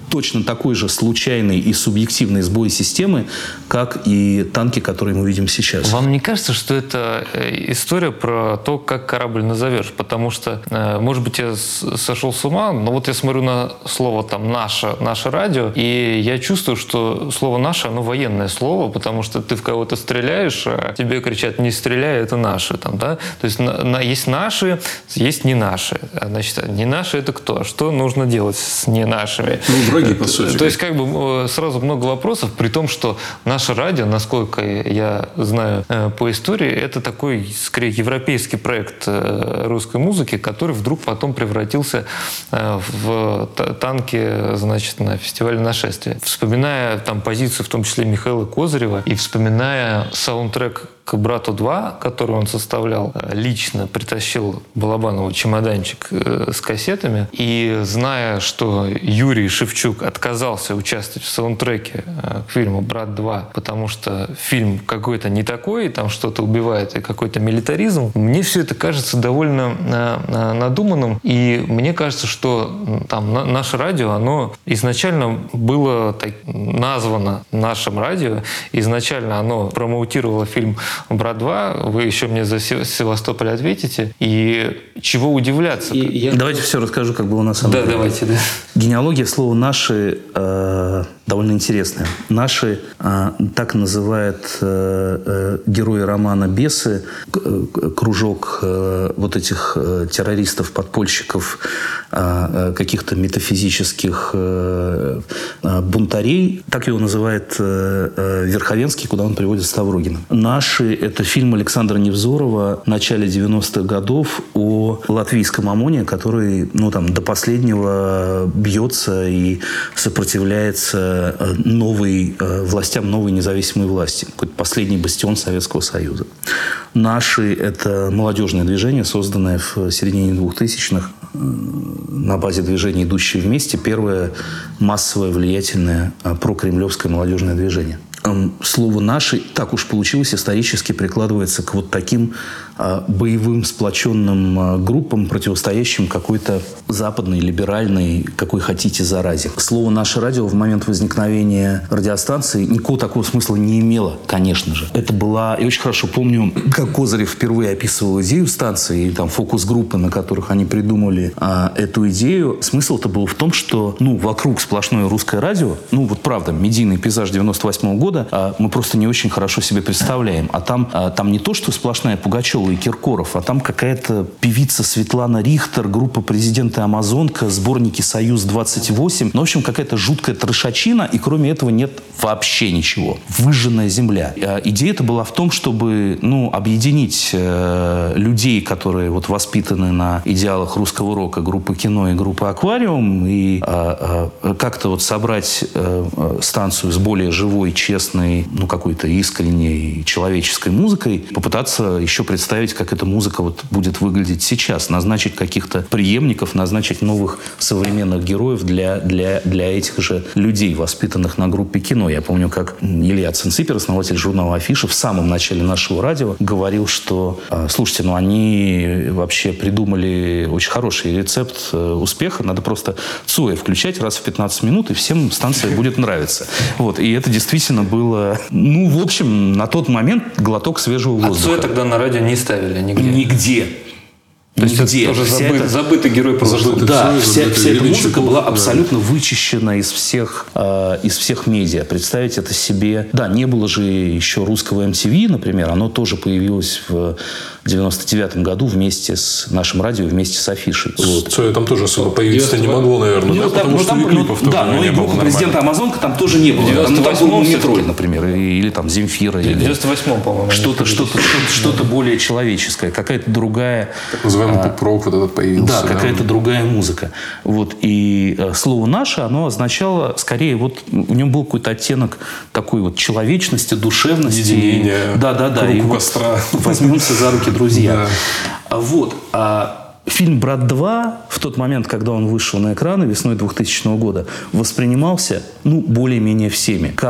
точно такой же случайный и субъективный сбой системы, как и танки, которые мы видим сейчас. Вам не кажется, что это история про то, как корабль назовешь? Потому что, может быть, я сошел с ума, но вот я смотрю на слово там «наше», «наше радио», и я чувствую, что слово «наше», оно военное слово, потому что ты в кого-то стреляешь, а тебе кричат «не стреляй, это наши». Там, да? То есть на, на, есть наши, есть не наши. Значит, не наши — это кто? Что нужно делать с не нашими? Ну, враги, по сути. То есть как бы сразу много вопросов, при том, что наше радио, насколько я знаю по истории, это такой, скорее, европейский проект русской музыки, который вдруг потом превратился в танки, значит, на фестивале «Нашествие». Вспоминая там позицию, в том числе Михаила Козырева, и вспоминая саундтрек к «Брату два», который он составлял, лично притащил Балабанову чемоданчик с кассетами. И зная, что Юрий Шевчук отказался участвовать в саундтреке к фильму «Брат два», потому что фильм какой-то не такой, там что-то убивает и какой-то милитаризм, мне все это кажется довольно надуманным. И мне кажется, что там наше радио, оно изначально было так, названо нашим радио, изначально оно промоутировало фильм «Брат два», вы еще мне за Севастополь ответите. И чего удивляться? И я... Давайте все расскажу, как было на самом да, деле. Давайте, да. Генеалогия слова «наши» э, довольно интересная. «Наши» э, так называют э, э, герои романа «Бесы», э, кружок э, вот этих э, террористов, подпольщиков, э, каких-то метафизических э, э, бунтарей. Так его называет э, э, Верховенский, куда он приводит Ставрогина. «Наши» — это фильм Александра Невзорова в начале девяностых годов о латвийском ОМОНе, который, ну, там, до последнего бьется и сопротивляется новой, властям новой независимой власти. Какой-то последний бастион Советского Союза. «Наши» — это молодежное движение, созданное в середине двухтысячных на базе движения «Идущие вместе». Первое массовое, влиятельное прокремлевское молодежное движение. Слово «наши», так уж получилось, исторически прикладывается к вот таким а, боевым сплоченным а, группам, противостоящим какой-то западной, либеральной, какой хотите, заразе. Слово «наше радио» в момент возникновения радиостанции никакого такого смысла не имело, конечно же. Это была... Я очень хорошо помню, как Козырев впервые описывал идею станции, и там фокус-группы, на которых они придумали а, эту идею. Смысл-то был в том, что, ну, вокруг сплошное русское радио, ну, вот правда, медийный пейзаж девяносто восьмого года мы просто не очень хорошо себе представляем. А там, там не то, что сплошная Пугачева и Киркоров, а там какая-то певица Светлана Рихтер, группа «Президент и Амазонка», сборники «Союз двадцать восемь». Ну, в общем, какая-то жуткая трешачина, и кроме этого нет вообще ничего. Выжженная земля. Идея-то была в том, чтобы, ну, объединить э, людей, которые вот воспитаны на идеалах русского рока, группы «Кино» и группы «Аквариум», и э, э, как-то вот собрать э, станцию с более живой, честной, ну, какой-то искренней человеческой музыкой, попытаться еще представить, как эта музыка вот будет выглядеть сейчас, назначить каких-то преемников, назначить новых современных героев для, для, для этих же людей, воспитанных на группе «Кино». Я помню, как Илья Цинципер, основатель журнала «Афиша», в самом начале нашего радио говорил, что, слушайте, ну, они вообще придумали очень хороший рецепт успеха, надо просто Цоя включать раз в пятнадцать минут, и всем станция будет нравиться. Вот. И это действительно было было, ну, в общем, на тот момент глоток свежего воздуха. А Цоя тогда на радио не ставили нигде? Нигде. То есть Нигде. это тоже забыт, это... забытый герой прошлого. Да, Цой, вся, вся эта музыка Чуков, была да. абсолютно вычищена из всех, э, из всех медиа. Представить это себе... Да, не было же еще русского эм ти ви, например. Оно тоже появилось в девяносто девятом году вместе с нашим радио, вместе с Афишей. Вот. Цоя там тоже особо появиться не могло, наверное, Ну, да? там, Потому ну, что там, и клипов ну, тоже да, но не и было группа «Президента Амазонка» там тоже не было. Ну, там был «Метроль», например, или там «Земфира». В девяносто восьмом, по-моему. Что-то, что-то, что-то, что-то более человеческое. Какая-то другая... Так называемый а, поп-рок вот этот появился. Да, какая-то да. другая музыка. Вот. И э, слово «наше», оно означало, скорее, вот в нем был какой-то оттенок такой вот человечности, душевности. Единения, да, да, да. кругу И вот костра. возьмемся за руки, друзья. Да. Вот. А фильм «Брат два» в тот момент, когда он вышел на экраны весной двухтысячного года, воспринимался, ну, более-менее всеми, как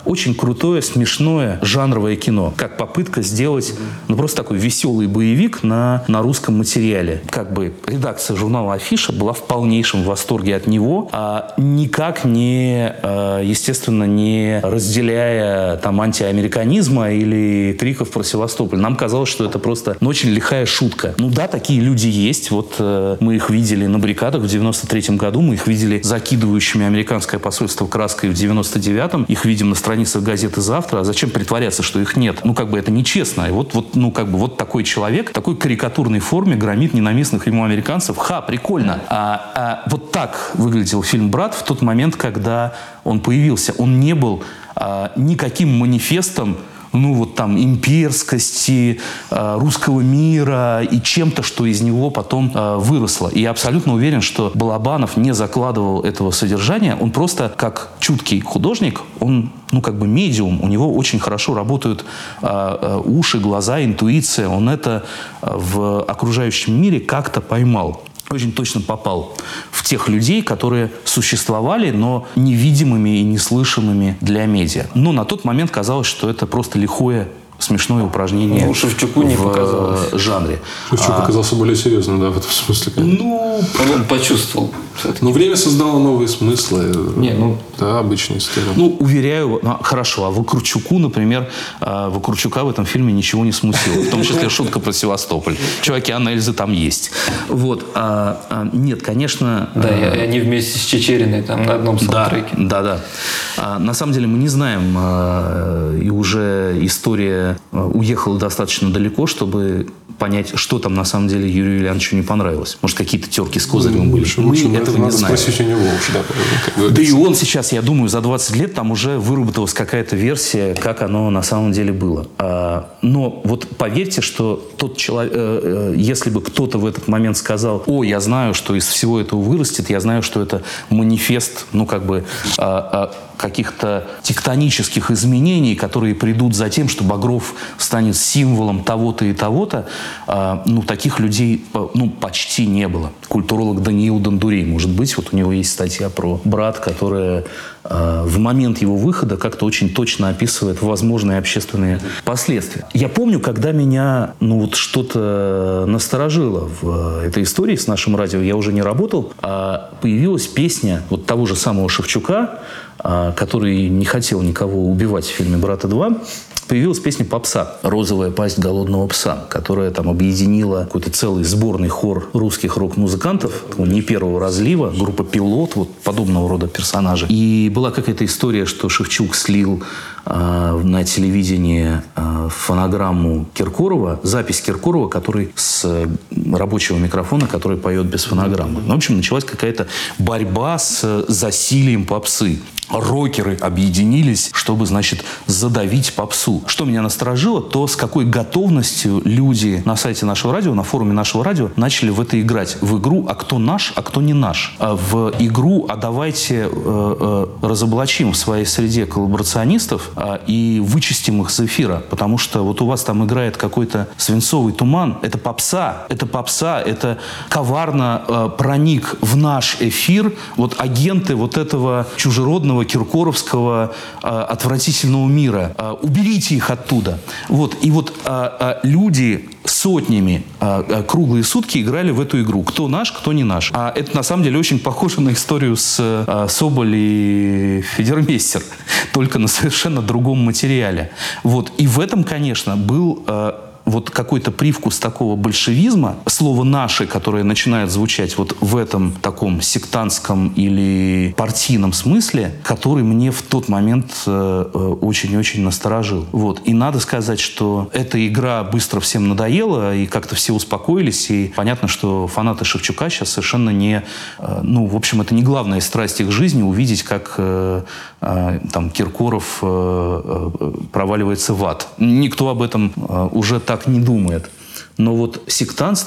очень крутое, смешное, жанровое кино. Как попытка сделать, ну, просто такой веселый боевик на, на русском материале. Как бы редакция журнала «Афиша» была в полнейшем восторге от него, а никак не, естественно, не разделяя там антиамериканизма или криков про Севастополь. Нам казалось, что это просто ну, очень лихая шутка. Ну да, такие люди есть. Вот э, мы их видели на баррикадах в девяносто третьем году, мы их видели закидывающими американское посольство краской в девяносто девятом, их видим на страницах газеты «Завтра». А зачем притворяться, что их нет? Ну, как бы это нечестно. И вот, вот, ну, как бы вот такой человек в такой карикатурной форме громит ненавистных ему американцев. Ха, прикольно. А, а вот так выглядел фильм «Брат» в тот момент, когда он появился. Он не был а, никаким манифестом, ну, вот там, имперскости, э, русского мира и чем-то, что из него потом э, выросло. И я абсолютно уверен, что Балабанов не закладывал этого содержания. Он просто, как чуткий художник, он, ну, как бы медиум. У него очень хорошо работают э, э, уши, глаза, интуиция. Он это э, в окружающем мире как-то поймал. Очень точно попал в тех людей, которые существовали, но невидимыми и неслышимыми для медиа. Но на тот момент казалось, что это просто лихое, смешное упражнение ну, Шевчуку не в показалось. жанре. Шевчук а, оказался более серьезным, да, в этом смысле. Ну, он почувствовал. Но время создало новые смыслы. Не, ну... Да, обычная история. Ну, уверяю, ну, хорошо, а Вакарчуку, например, а, Вакарчука в этом фильме ничего не смутило. В том числе шутка про Севастополь. Чуваки, Анна Эльза там есть. Вот. А, а, нет, конечно... Да, а, и они вместе с Чечериной там на одном саундтреке. Да, да, да. А, на самом деле мы не знаем, а, и уже история а, уехала достаточно далеко, чтобы понять, что там на самом деле Юрию Ильяновичу не понравилось. Может, какие-то терки с Козыревым были. Лучше, Мы лучше, этого не надо знаем. спросить у него уж, да. Как Да и он сейчас, я думаю, за двадцать лет там уже выработалась какая-то версия, как оно на самом деле было. А, но вот поверьте, что тот человек, э, э, если бы кто-то в этот момент сказал: о, я знаю, что из всего этого вырастет, я знаю, что это манифест, ну, как бы, а, а, каких-то тектонических изменений, которые придут за тем, что Багров станет символом того-то и того-то, а, ну, таких людей, ну, почти не было. Культуролог Даниил Дондурей, может быть, вот у него есть статья про «Брат», которая э, в момент его выхода как-то очень точно описывает возможные общественные последствия. Я помню, когда меня, ну, вот что-то насторожило в этой истории с нашим радио, я уже не работал, а появилась песня вот того же самого Шевчука, а, который не хотел никого убивать в фильме «Брата два», появилась песня «Попса» «Розовая пасть голодного пса», которая там объединила какой-то целый сборный хор русских рок-музыкантов, не первого разлива, группа «Пилот», вот подобного рода персонажи. И была какая-то история, что Шевчук слил э, на телевидении э, фонограмму Киркорова, запись Киркорова, который с рабочего микрофона, который поет без фонограммы. Ну, в общем, началась какая-то борьба с засилием попсы. Рокеры объединились, чтобы, значит, задавить попсу. Что меня насторожило, то с какой готовностью люди на сайте нашего радио, на форуме нашего радио начали в это играть. В игру «А кто наш, а кто не наш». А в игру «А давайте э, э, разоблачим в своей среде коллаборационистов э, и вычистим их с эфира». Потому что вот у вас там играет какой-то свинцовый туман. Это попса, это попса, это коварно э, проник в наш эфир вот агенты вот этого чужеродного киркоровского э, отвратительного мира. Э, уберите их оттуда. Вот. И вот э, э, люди сотнями э, э, круглые сутки играли в эту игру. Кто наш, кто не наш. А это на самом деле очень похоже на историю с э, Соболь и Федермейстер. Только на совершенно другом материале. Вот. И в этом, конечно, был... Э, вот какой-то привкус такого большевизма, слово «наши», которое начинает звучать вот в этом таком сектантском или партийном смысле, который мне в тот момент очень-очень насторожил. Вот. И надо сказать, что эта игра быстро всем надоела, и как-то все успокоились, и понятно, что фанаты Шевчука сейчас совершенно не... Ну, в общем, это не главная страсть их жизни — увидеть, как там Киркоров проваливается в ад. Никто об этом уже так не думает. Но вот сектантство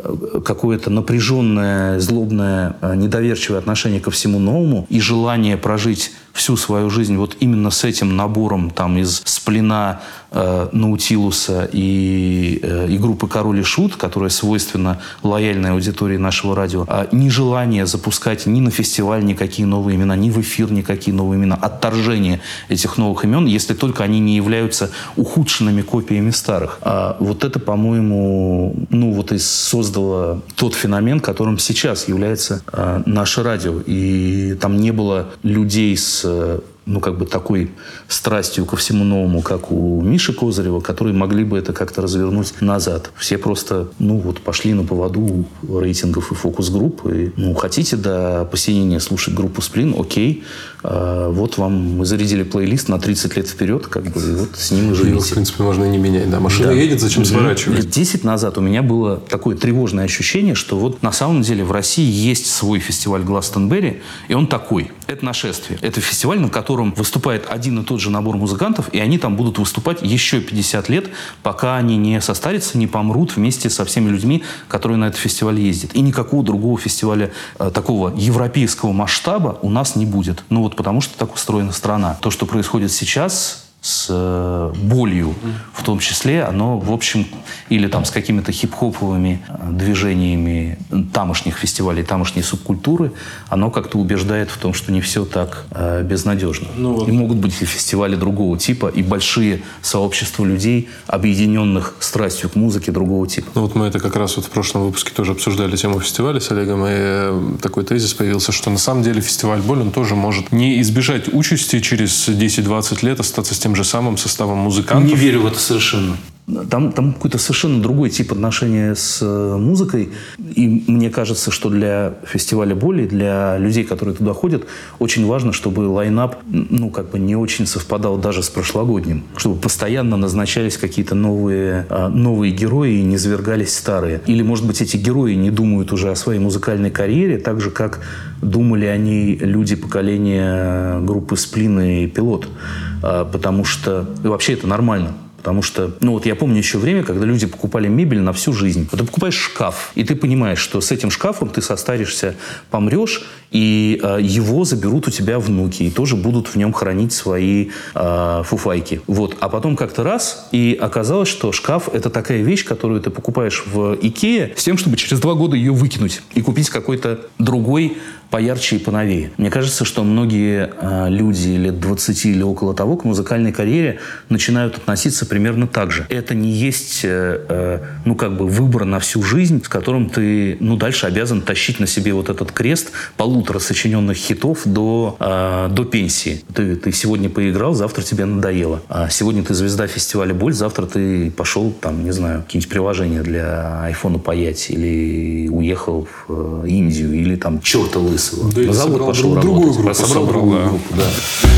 какое-то напряженное, злобное, недоверчивое отношение ко всему новому и желание прожить всю свою жизнь вот именно с этим набором там из Сплина, э, Наутилуса и, э, и группы «Король и Шут», которая свойственна лояльной аудитории нашего радио, а нежелание запускать ни на фестиваль никакие новые имена, ни в эфир никакие новые имена, отторжение этих новых имен, если только они не являются ухудшенными копиями старых. А вот это, по-моему, ну вот и создало тот феномен, которым сейчас является э, наше радио. И там не было людей с ну, как бы такой страстью ко всему новому, как у Миши Козырева, которые могли бы это как-то развернуть назад. Все просто, ну, вот пошли на поводу рейтингов и фокус-групп. И, ну, хотите до посинения слушать группу «Сплин», окей. А вот вам мы зарядили плейлист на тридцать лет вперед, как бы, и вот с ним и живите. Его, в принципе, можно и не менять, да. Машина да. едет, зачем сворачивать? Лет десять назад у меня было такое тревожное ощущение, что вот на самом деле в России есть свой фестиваль Гластонберри, и он такой. Это нашествие. Это фестиваль, на котором выступает один и тот же набор музыкантов, и они там будут выступать еще пятьдесят лет, пока они не состарятся, не помрут вместе со всеми людьми, которые на этот фестиваль ездят. И никакого другого фестиваля э, такого европейского масштаба у нас не будет. Ну вот потому что так устроена страна. То, что происходит сейчас с э, болью, в том числе, оно, в общем, или там с какими-то хип-хоповыми э, движениями тамошних фестивалей, тамошней субкультуры, оно как-то убеждает в том, что не все так э, безнадежно. Ну, вот. И могут быть и фестивали другого типа, и большие сообщества людей, объединенных страстью к музыке другого типа. Ну вот мы это как раз вот в прошлом выпуске тоже обсуждали тему фестиваля с Олегом, и такой тезис появился, что на самом деле фестиваль «Боль», он тоже может не избежать участи через десять-двадцать лет остаться с тем же самым составом музыкантов. Не верю в это совершенно. Там, там какой-то совершенно другой тип отношения с музыкой. И мне кажется, что для фестиваля «Боли», для людей, которые туда ходят, очень важно, чтобы лайнап, ну, как бы не очень совпадал даже с прошлогодним. Чтобы постоянно назначались какие-то новые, новые герои и не свергались старые. Или, может быть, эти герои не думают уже о своей музыкальной карьере, так же, как думали о ней люди поколения группы «Сплин» и «Пилот». Потому что вообще это нормально. Потому что, ну вот я помню еще время, когда люди покупали мебель на всю жизнь. Вот ты покупаешь шкаф, и ты понимаешь, что с этим шкафом ты состаришься, помрешь, и э, его заберут у тебя внуки, и тоже будут в нем хранить свои э, фуфайки. Вот. А потом как-то раз, и оказалось, что шкаф – это такая вещь, которую ты покупаешь в Икее с тем, чтобы через два года ее выкинуть и купить какой-то другой, поярче и поновее. Мне кажется, что многие э, люди лет двадцати или около того к музыкальной карьере начинают относиться примерно так же. Это не есть э, э, ну, как бы выбор на всю жизнь, с которым ты ну, дальше обязан тащить на себе вот этот крест полутора сочиненных хитов до, э, до пенсии. Ты, ты сегодня поиграл, завтра тебе надоело. А сегодня ты звезда фестиваля «Боль», завтра ты пошел, там, не знаю, какие-нибудь приложения для айфона паять, или уехал в э, Индию, или там черта лысого. Да, на завод пошел работать. Другую группу, собрал другую да. группу, да.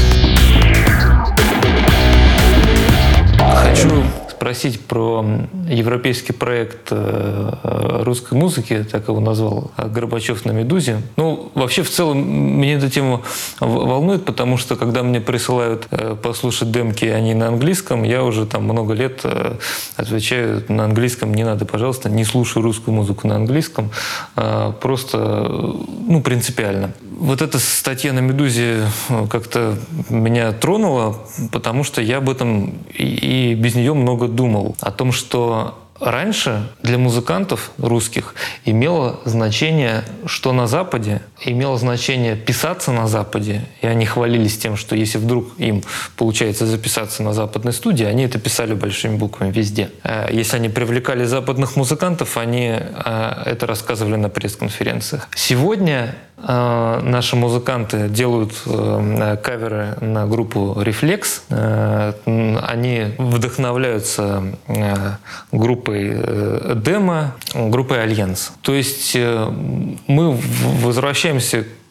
Хочу спросить про европейский проект русской музыки, так его назвал Горбачев на «Медузе». Ну, вообще, в целом, меня эта тема волнует, потому что, когда мне присылают послушать демки, они на английском, я уже там много лет отвечаю на английском: не надо, пожалуйста, не слушай русскую музыку на английском. Просто, ну, принципиально. Вот эта статья на «Медузе» как-то меня тронула, потому что я об этом и, и без нее много думал. О том, что раньше для музыкантов русских имело значение, что на Западе, имело значение писаться на Западе, и они хвалились тем, что если вдруг им получается записаться на западной студии, они это писали большими буквами везде. Если они привлекали западных музыкантов, они это рассказывали на пресс-конференциях. Сегодня наши музыканты делают каверы на группу «Рефлекс». Они вдохновляются группой «Демо», группой «Альянс». То есть мы возвращаемся к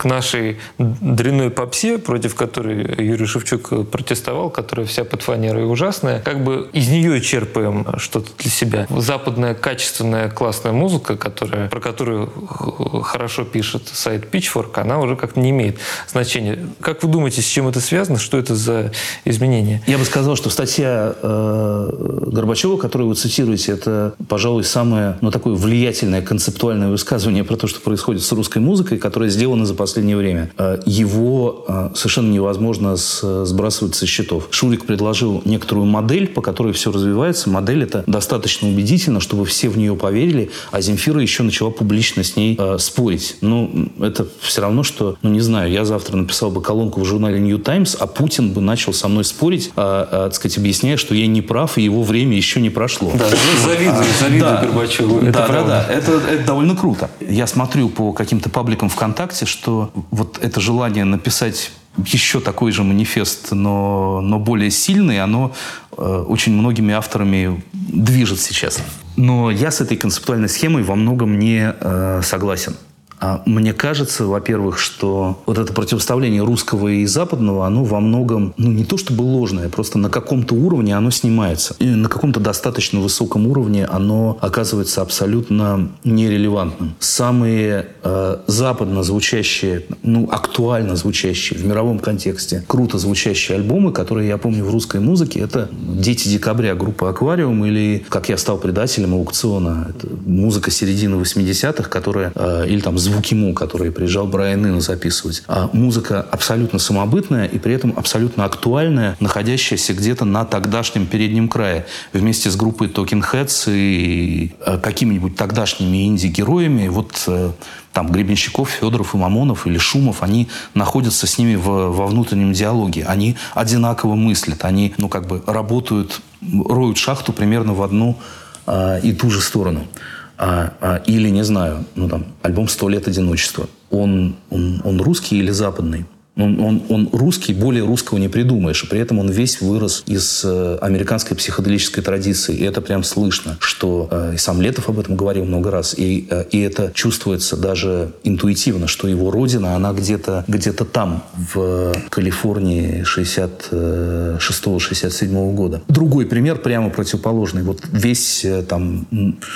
к нашей дрянной попсе, против которой Юрий Шевчук протестовал, которая вся под фанерой ужасная, как бы из нее черпаем что-то для себя. Западная качественная классная музыка, которая, про которую хорошо пишет сайт Pitchfork, она уже как-то не имеет значения. Как вы думаете, с чем это связано? Что это за изменения? Я бы сказал, что статья э, Горбачева, которую вы цитируете, это, пожалуй, самое, ну, такое влиятельное концептуальное высказывание про то, что происходит с русской музыкой, которое сделано за последнее время. Э, его э, совершенно невозможно с, сбрасывать со счетов. Шурик предложил некоторую модель, по которой все развивается. Модель эта достаточно убедительна, чтобы все в нее поверили, а Земфира еще начала публично с ней э, спорить. Ну, это все равно, что, ну, не знаю, я завтра написал бы колонку в журнале New Times, а Путин бы начал со мной спорить, а, а, так сказать, объясняя, что я не прав, и его время еще не прошло. Да, ну, завидую, завидую да, Горбачеву. Это да, правда. да, да, это, это довольно круто. Я смотрю по каким-то пабликам ВКонтакте, что вот это желание написать еще такой же манифест, но, но более сильный, оно э, очень многими авторами движет сейчас. Но я с этой концептуальной схемой во многом не э, согласен. Мне кажется, во-первых, что вот это противоставление русского и западного, оно во многом, ну, не то чтобы ложное, просто на каком-то уровне оно снимается. И на каком-то достаточно высоком уровне оно оказывается абсолютно нерелевантным. Самые э, западно звучащие, ну, актуально звучащие в мировом контексте, круто звучащие альбомы, которые я помню в русской музыке, это «Дети декабря» группы «Аквариум» или «Как я стал предателем аукциона». Это музыка середины восьмидесятых, которая, э, или там «Звуки Му», который приезжал Брайан Ино записывать. А музыка абсолютно самобытная и при этом абсолютно актуальная, находящаяся где-то на тогдашнем переднем крае. Вместе с группой Talking Heads и какими-нибудь тогдашними инди-героями, вот там Гребенщиков, Федоров и Мамонов или Шумов, они находятся с ними в, во внутреннем диалоге. Они одинаково мыслят, они, ну, как бы работают, роют шахту примерно в одну а, и ту же сторону. А, а, или, не знаю, ну, там, альбом «Сто лет одиночества». Он, он, он русский или западный? Он, он, он русский, более русского не придумаешь. И при этом он весь вырос из э, американской психоделической традиции. И это прям слышно, что э, и сам Летов об этом говорил много раз. И, э, и это чувствуется даже интуитивно, что его родина, она где-то, где-то там, в Калифорнии шестьдесят шестого шестьдесят седьмого года. Другой пример, прямо противоположный. Вот весь э, там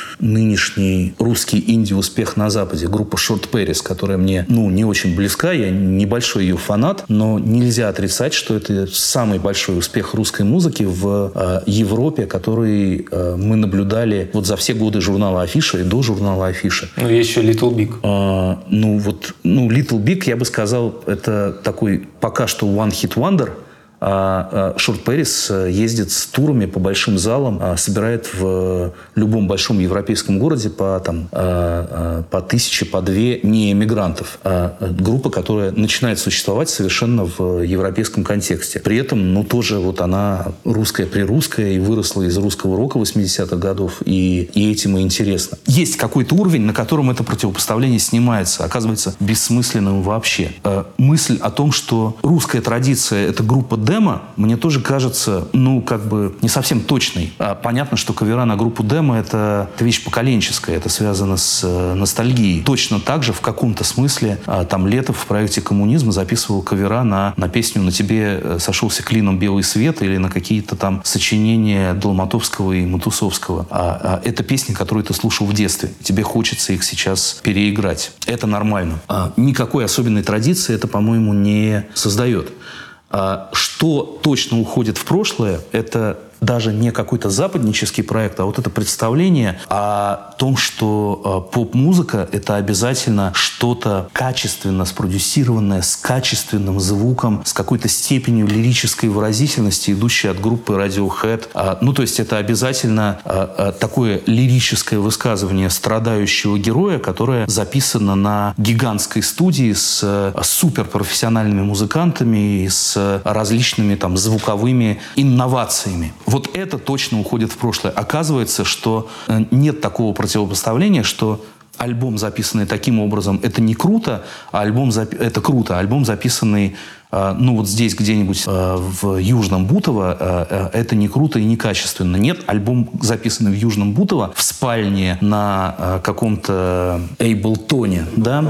нынешний русский инди-успех на Западе. Группа Short Paris, которая мне, ну, не очень близка. Я небольшой ее фанат, но нельзя отрицать, что это самый большой успех русской музыки в э, Европе, который э, мы наблюдали вот за все годы журнала «Афиша» и до журнала «Афиша». Ну, есть еще Little Big. А, ну, вот, ну, Little Big, я бы сказал, это такой пока что one-hit wonder. А Short Paris ездит с турами по большим залам, собирает в любом большом европейском городе по, там, по тысяче, по две неэмигрантов. Группа, которая начинает существовать совершенно в европейском контексте. При этом, ну, тоже вот она русская-прирусская и выросла из русского рока восьмидесятых годов, и, и этим и интересно. Есть какой-то уровень, на котором это противопоставление снимается, оказывается бессмысленным вообще. Мысль о том, что русская традиция — это группа демо, мне тоже кажется, ну, как бы не совсем точной. А понятно, что кавера на группу демо — это, это вещь поколенческая, это связано с э, ностальгией. Точно так же в каком-то смысле э, там Летов в проекте «Коммунизм» записывал кавера на, на песню «На тебе сошелся клином белый свет» или на какие-то там сочинения Долматовского и Матусовского. А, а это песни, которые ты слушал в детстве. Тебе хочется их сейчас переиграть. Это нормально. А никакой особенной традиции это, по-моему, не создает. А что точно уходит в прошлое, это даже не какой-то западнический проект, а вот это представление о том, что поп-музыка — это обязательно что-то качественно спродюсированное, с качественным звуком, с какой-то степенью лирической выразительности, идущей от группы Radiohead. Ну, то есть это обязательно такое лирическое высказывание страдающего героя, которое записано на гигантской студии с суперпрофессиональными музыкантами и с различными там звуковыми инновациями. Вот это точно уходит в прошлое. Оказывается, что нет такого противопоставления, что альбом, записанный таким образом, это не круто, а альбом запи- это круто. Альбом, записанный ну вот здесь где-нибудь в Южном Бутово это не круто и не качественно. Нет, альбом, записанный в Южном Бутово, в спальне на каком-то Эйблтоне,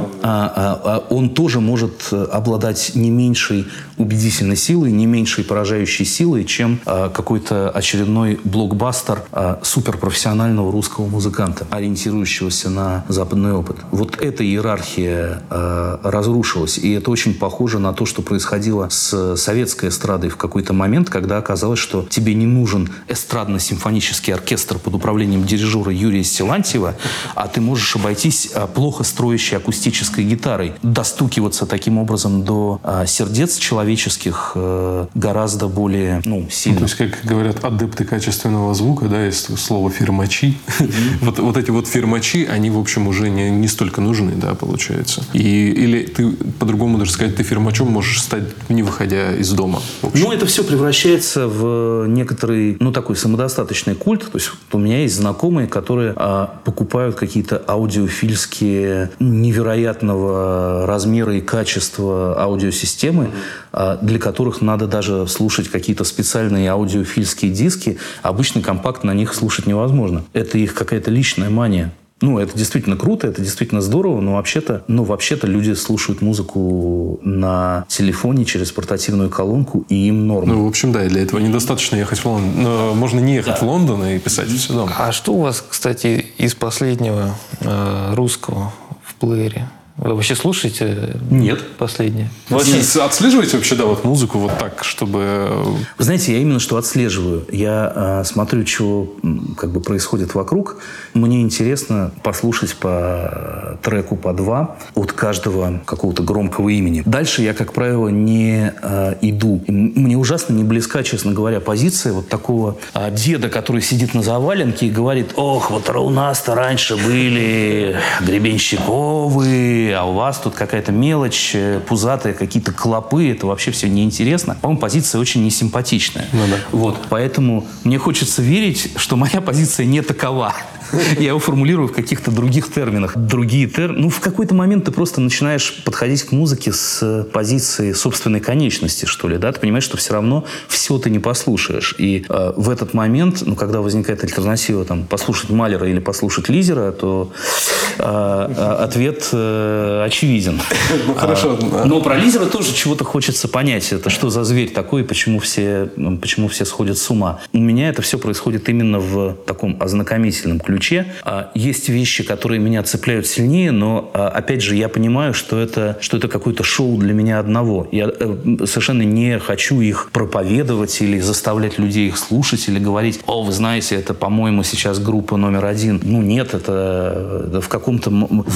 да, он тоже может обладать не меньшей убедительной силой, не меньшей поражающей силой, чем какой-то очередной блокбастер суперпрофессионального русского музыканта, ориентирующегося на западный опыт. Вот эта иерархия разрушилась, и это очень похоже на то, что происходило с советской эстрадой в какой-то момент, когда оказалось, что тебе не нужен эстрадно-симфонический оркестр под управлением дирижера Юрия Силантьева, а ты можешь обойтись плохо строящей акустической гитарой, достукиваться таким образом до сердец человеческих гораздо более, ну, сильно. Ну, то есть, как говорят адепты качественного звука, да, есть слово фирмачи. вот, вот эти вот фирмачи, они, в общем, уже не, не столько нужны, да, получается. И, или ты, по-другому даже сказать, ты фирмачом можешь стать, не выходя из дома. Ну, это все превращается в некоторый, ну, такой самодостаточный культ. То есть у меня есть знакомые, которые а, покупают какие-то аудиофильские невероятного размера и качества аудиосистемы, а, для которых надо даже слушать какие-то специальные аудиофильские диски. Обычный компакт на них слушать невозможно. Это их какая-то личная мания. Ну, это действительно круто, это действительно здорово, но вообще-то, ну, вообще-то люди слушают музыку на телефоне через портативную колонку, и им норма. Ну, в общем, да, и для этого недостаточно ехать в Лондон. Но можно не ехать да. в Лондон и писать все дома. А что у вас, кстати, из последнего э, русского в плеере? Вы вообще слушаете? Нет. Последнее? Вы отслеживаете вообще, да, вот музыку вот так, чтобы... Вы знаете, я именно что отслеживаю. Я э, смотрю, что как бы происходит вокруг. Мне интересно послушать по треку, по два от каждого какого-то громкого имени. Дальше я, как правило, не э, иду. Мне ужасно не близка, честно говоря, позиция вот такого э, деда, который сидит на заваленке и говорит: ох, вот у нас-то раньше были Гребенщиковы, а у вас тут какая-то мелочь, пузатая, какие-то клопы, это вообще все неинтересно. По-моему, позиция очень несимпатичная. Ну, да. Вот, поэтому мне хочется верить, что моя позиция не такова. Я его формулирую в каких-то других терминах. Другие термины. Ну, в какой-то момент ты просто начинаешь подходить к музыке с позиции собственной конечности, что ли, да? Ты понимаешь, что все равно все ты не послушаешь. И э, в этот момент, ну, когда возникает альтернатива, там, послушать Малера или послушать Лизера, то э, э, ответ э, очевиден. Ну, хорошо. Но про Лизера тоже чего-то хочется понять. Это что за зверь такой, почему все, почему все сходят с ума. У меня это все происходит именно в таком ознакомительном ключе. Есть вещи, которые меня цепляют сильнее, но, опять же, я понимаю, что это, что это какое-то шоу для меня одного. Я совершенно не хочу их проповедовать или заставлять людей их слушать, или говорить: о, вы знаете, это, по-моему, сейчас группа номер один. Ну, нет, это, это в каком-то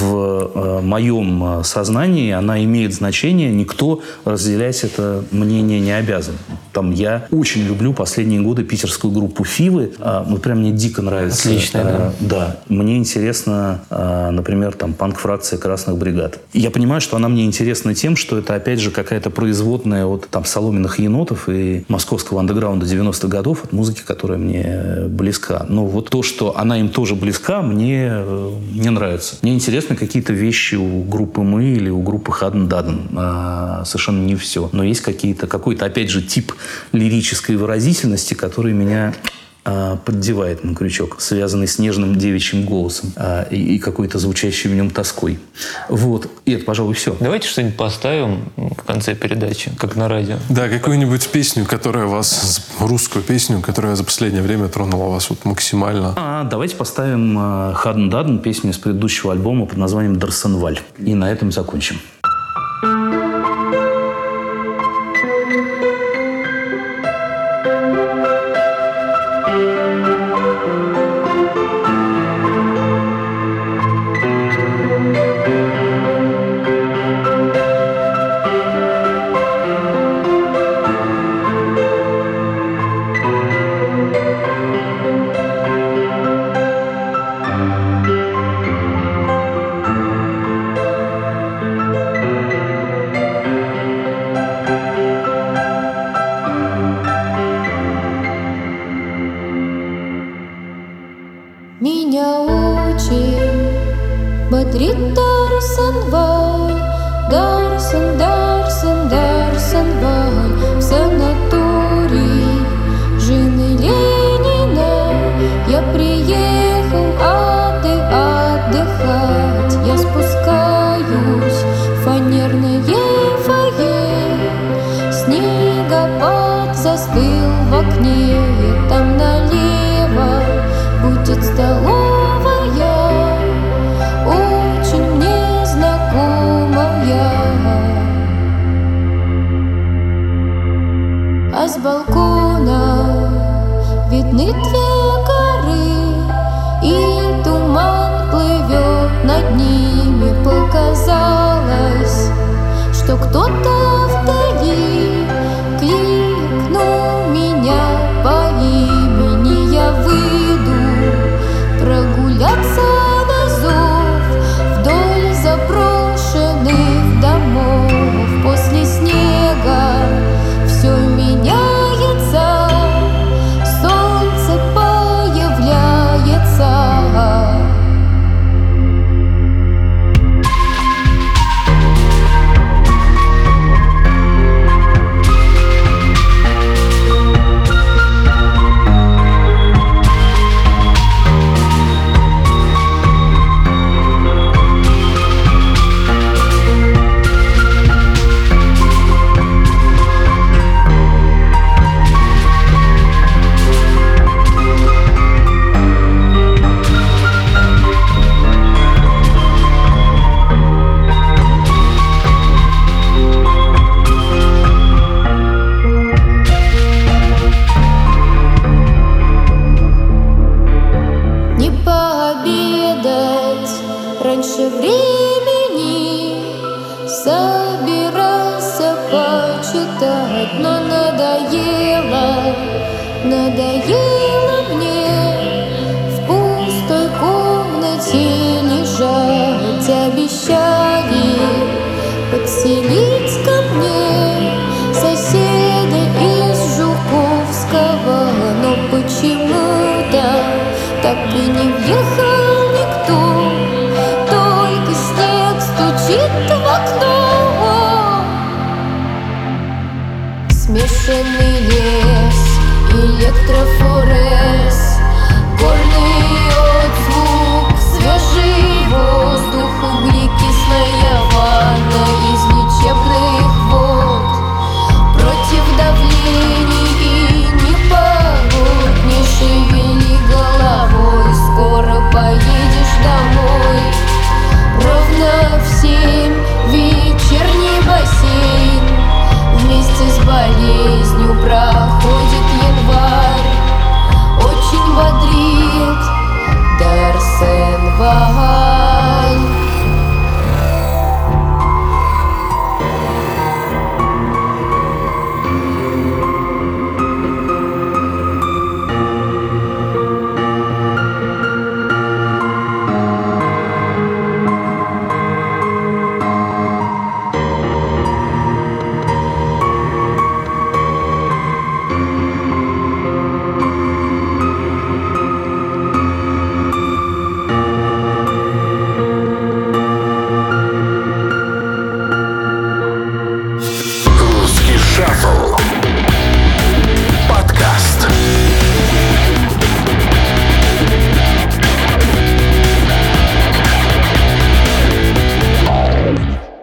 в моем сознании она имеет значение, никто разделять это мнение не обязан. Там я очень люблю последние годы питерскую группу Фивы. Вот прям мне дико нравится. Отлично, да. Да, мне интересно, например, там панк-фракция Красных бригад. Я понимаю, что она мне интересна тем, что это, опять же, какая-то производная от там соломенных енотов и московского андеграунда девяностых годов, от музыки, которая мне близка. Но вот то, что она им тоже близка, мне не нравится. Мне интересны какие-то вещи у группы «Мы» или у группы «Хаден Даден». А, совершенно не все. Но есть какие-то, какой-то, опять же, тип лирической выразительности, который меня поддевает на крючок, связанный с нежным девичьим голосом а, и, и какой-то звучащей в нем тоской. Вот. И это, пожалуй, все. Давайте что-нибудь поставим в конце передачи, как на радио. Да, какую-нибудь песню, которая вас, русскую песню, которая за последнее время тронула вас вот максимально. А, давайте поставим Хаден Даден, песню из предыдущего альбома под названием «Дарсенваль». И на этом закончим. Меня учит бодрит Дарсенваль, Дарсен, Дарсен, Дарсен. Царсенваль, в санаторий жены Ленина. Я приехал, а ты отдыхать. Я спускаюсь в фанерное фойе. Снегопад застыл в окне. Там налево будет столовая, очень мне знакомая. А с балкона видны две горы, и туман плывет над ними. Показалось, что кто-то вдали кликнул меня по имени. Я выйду прогуляться на зов вдоль заброшенных домов. После снега все меняется, солнце появляется. Не пообедать раньше времени, собирался почитать, но надоело, надоело мне в пустой комнате лежать. Обещали подселить ко мне соседа из Жуковского, но почему-то так и не въехал никто, только снег стучит в окно. Смешанный лес, электрофорез,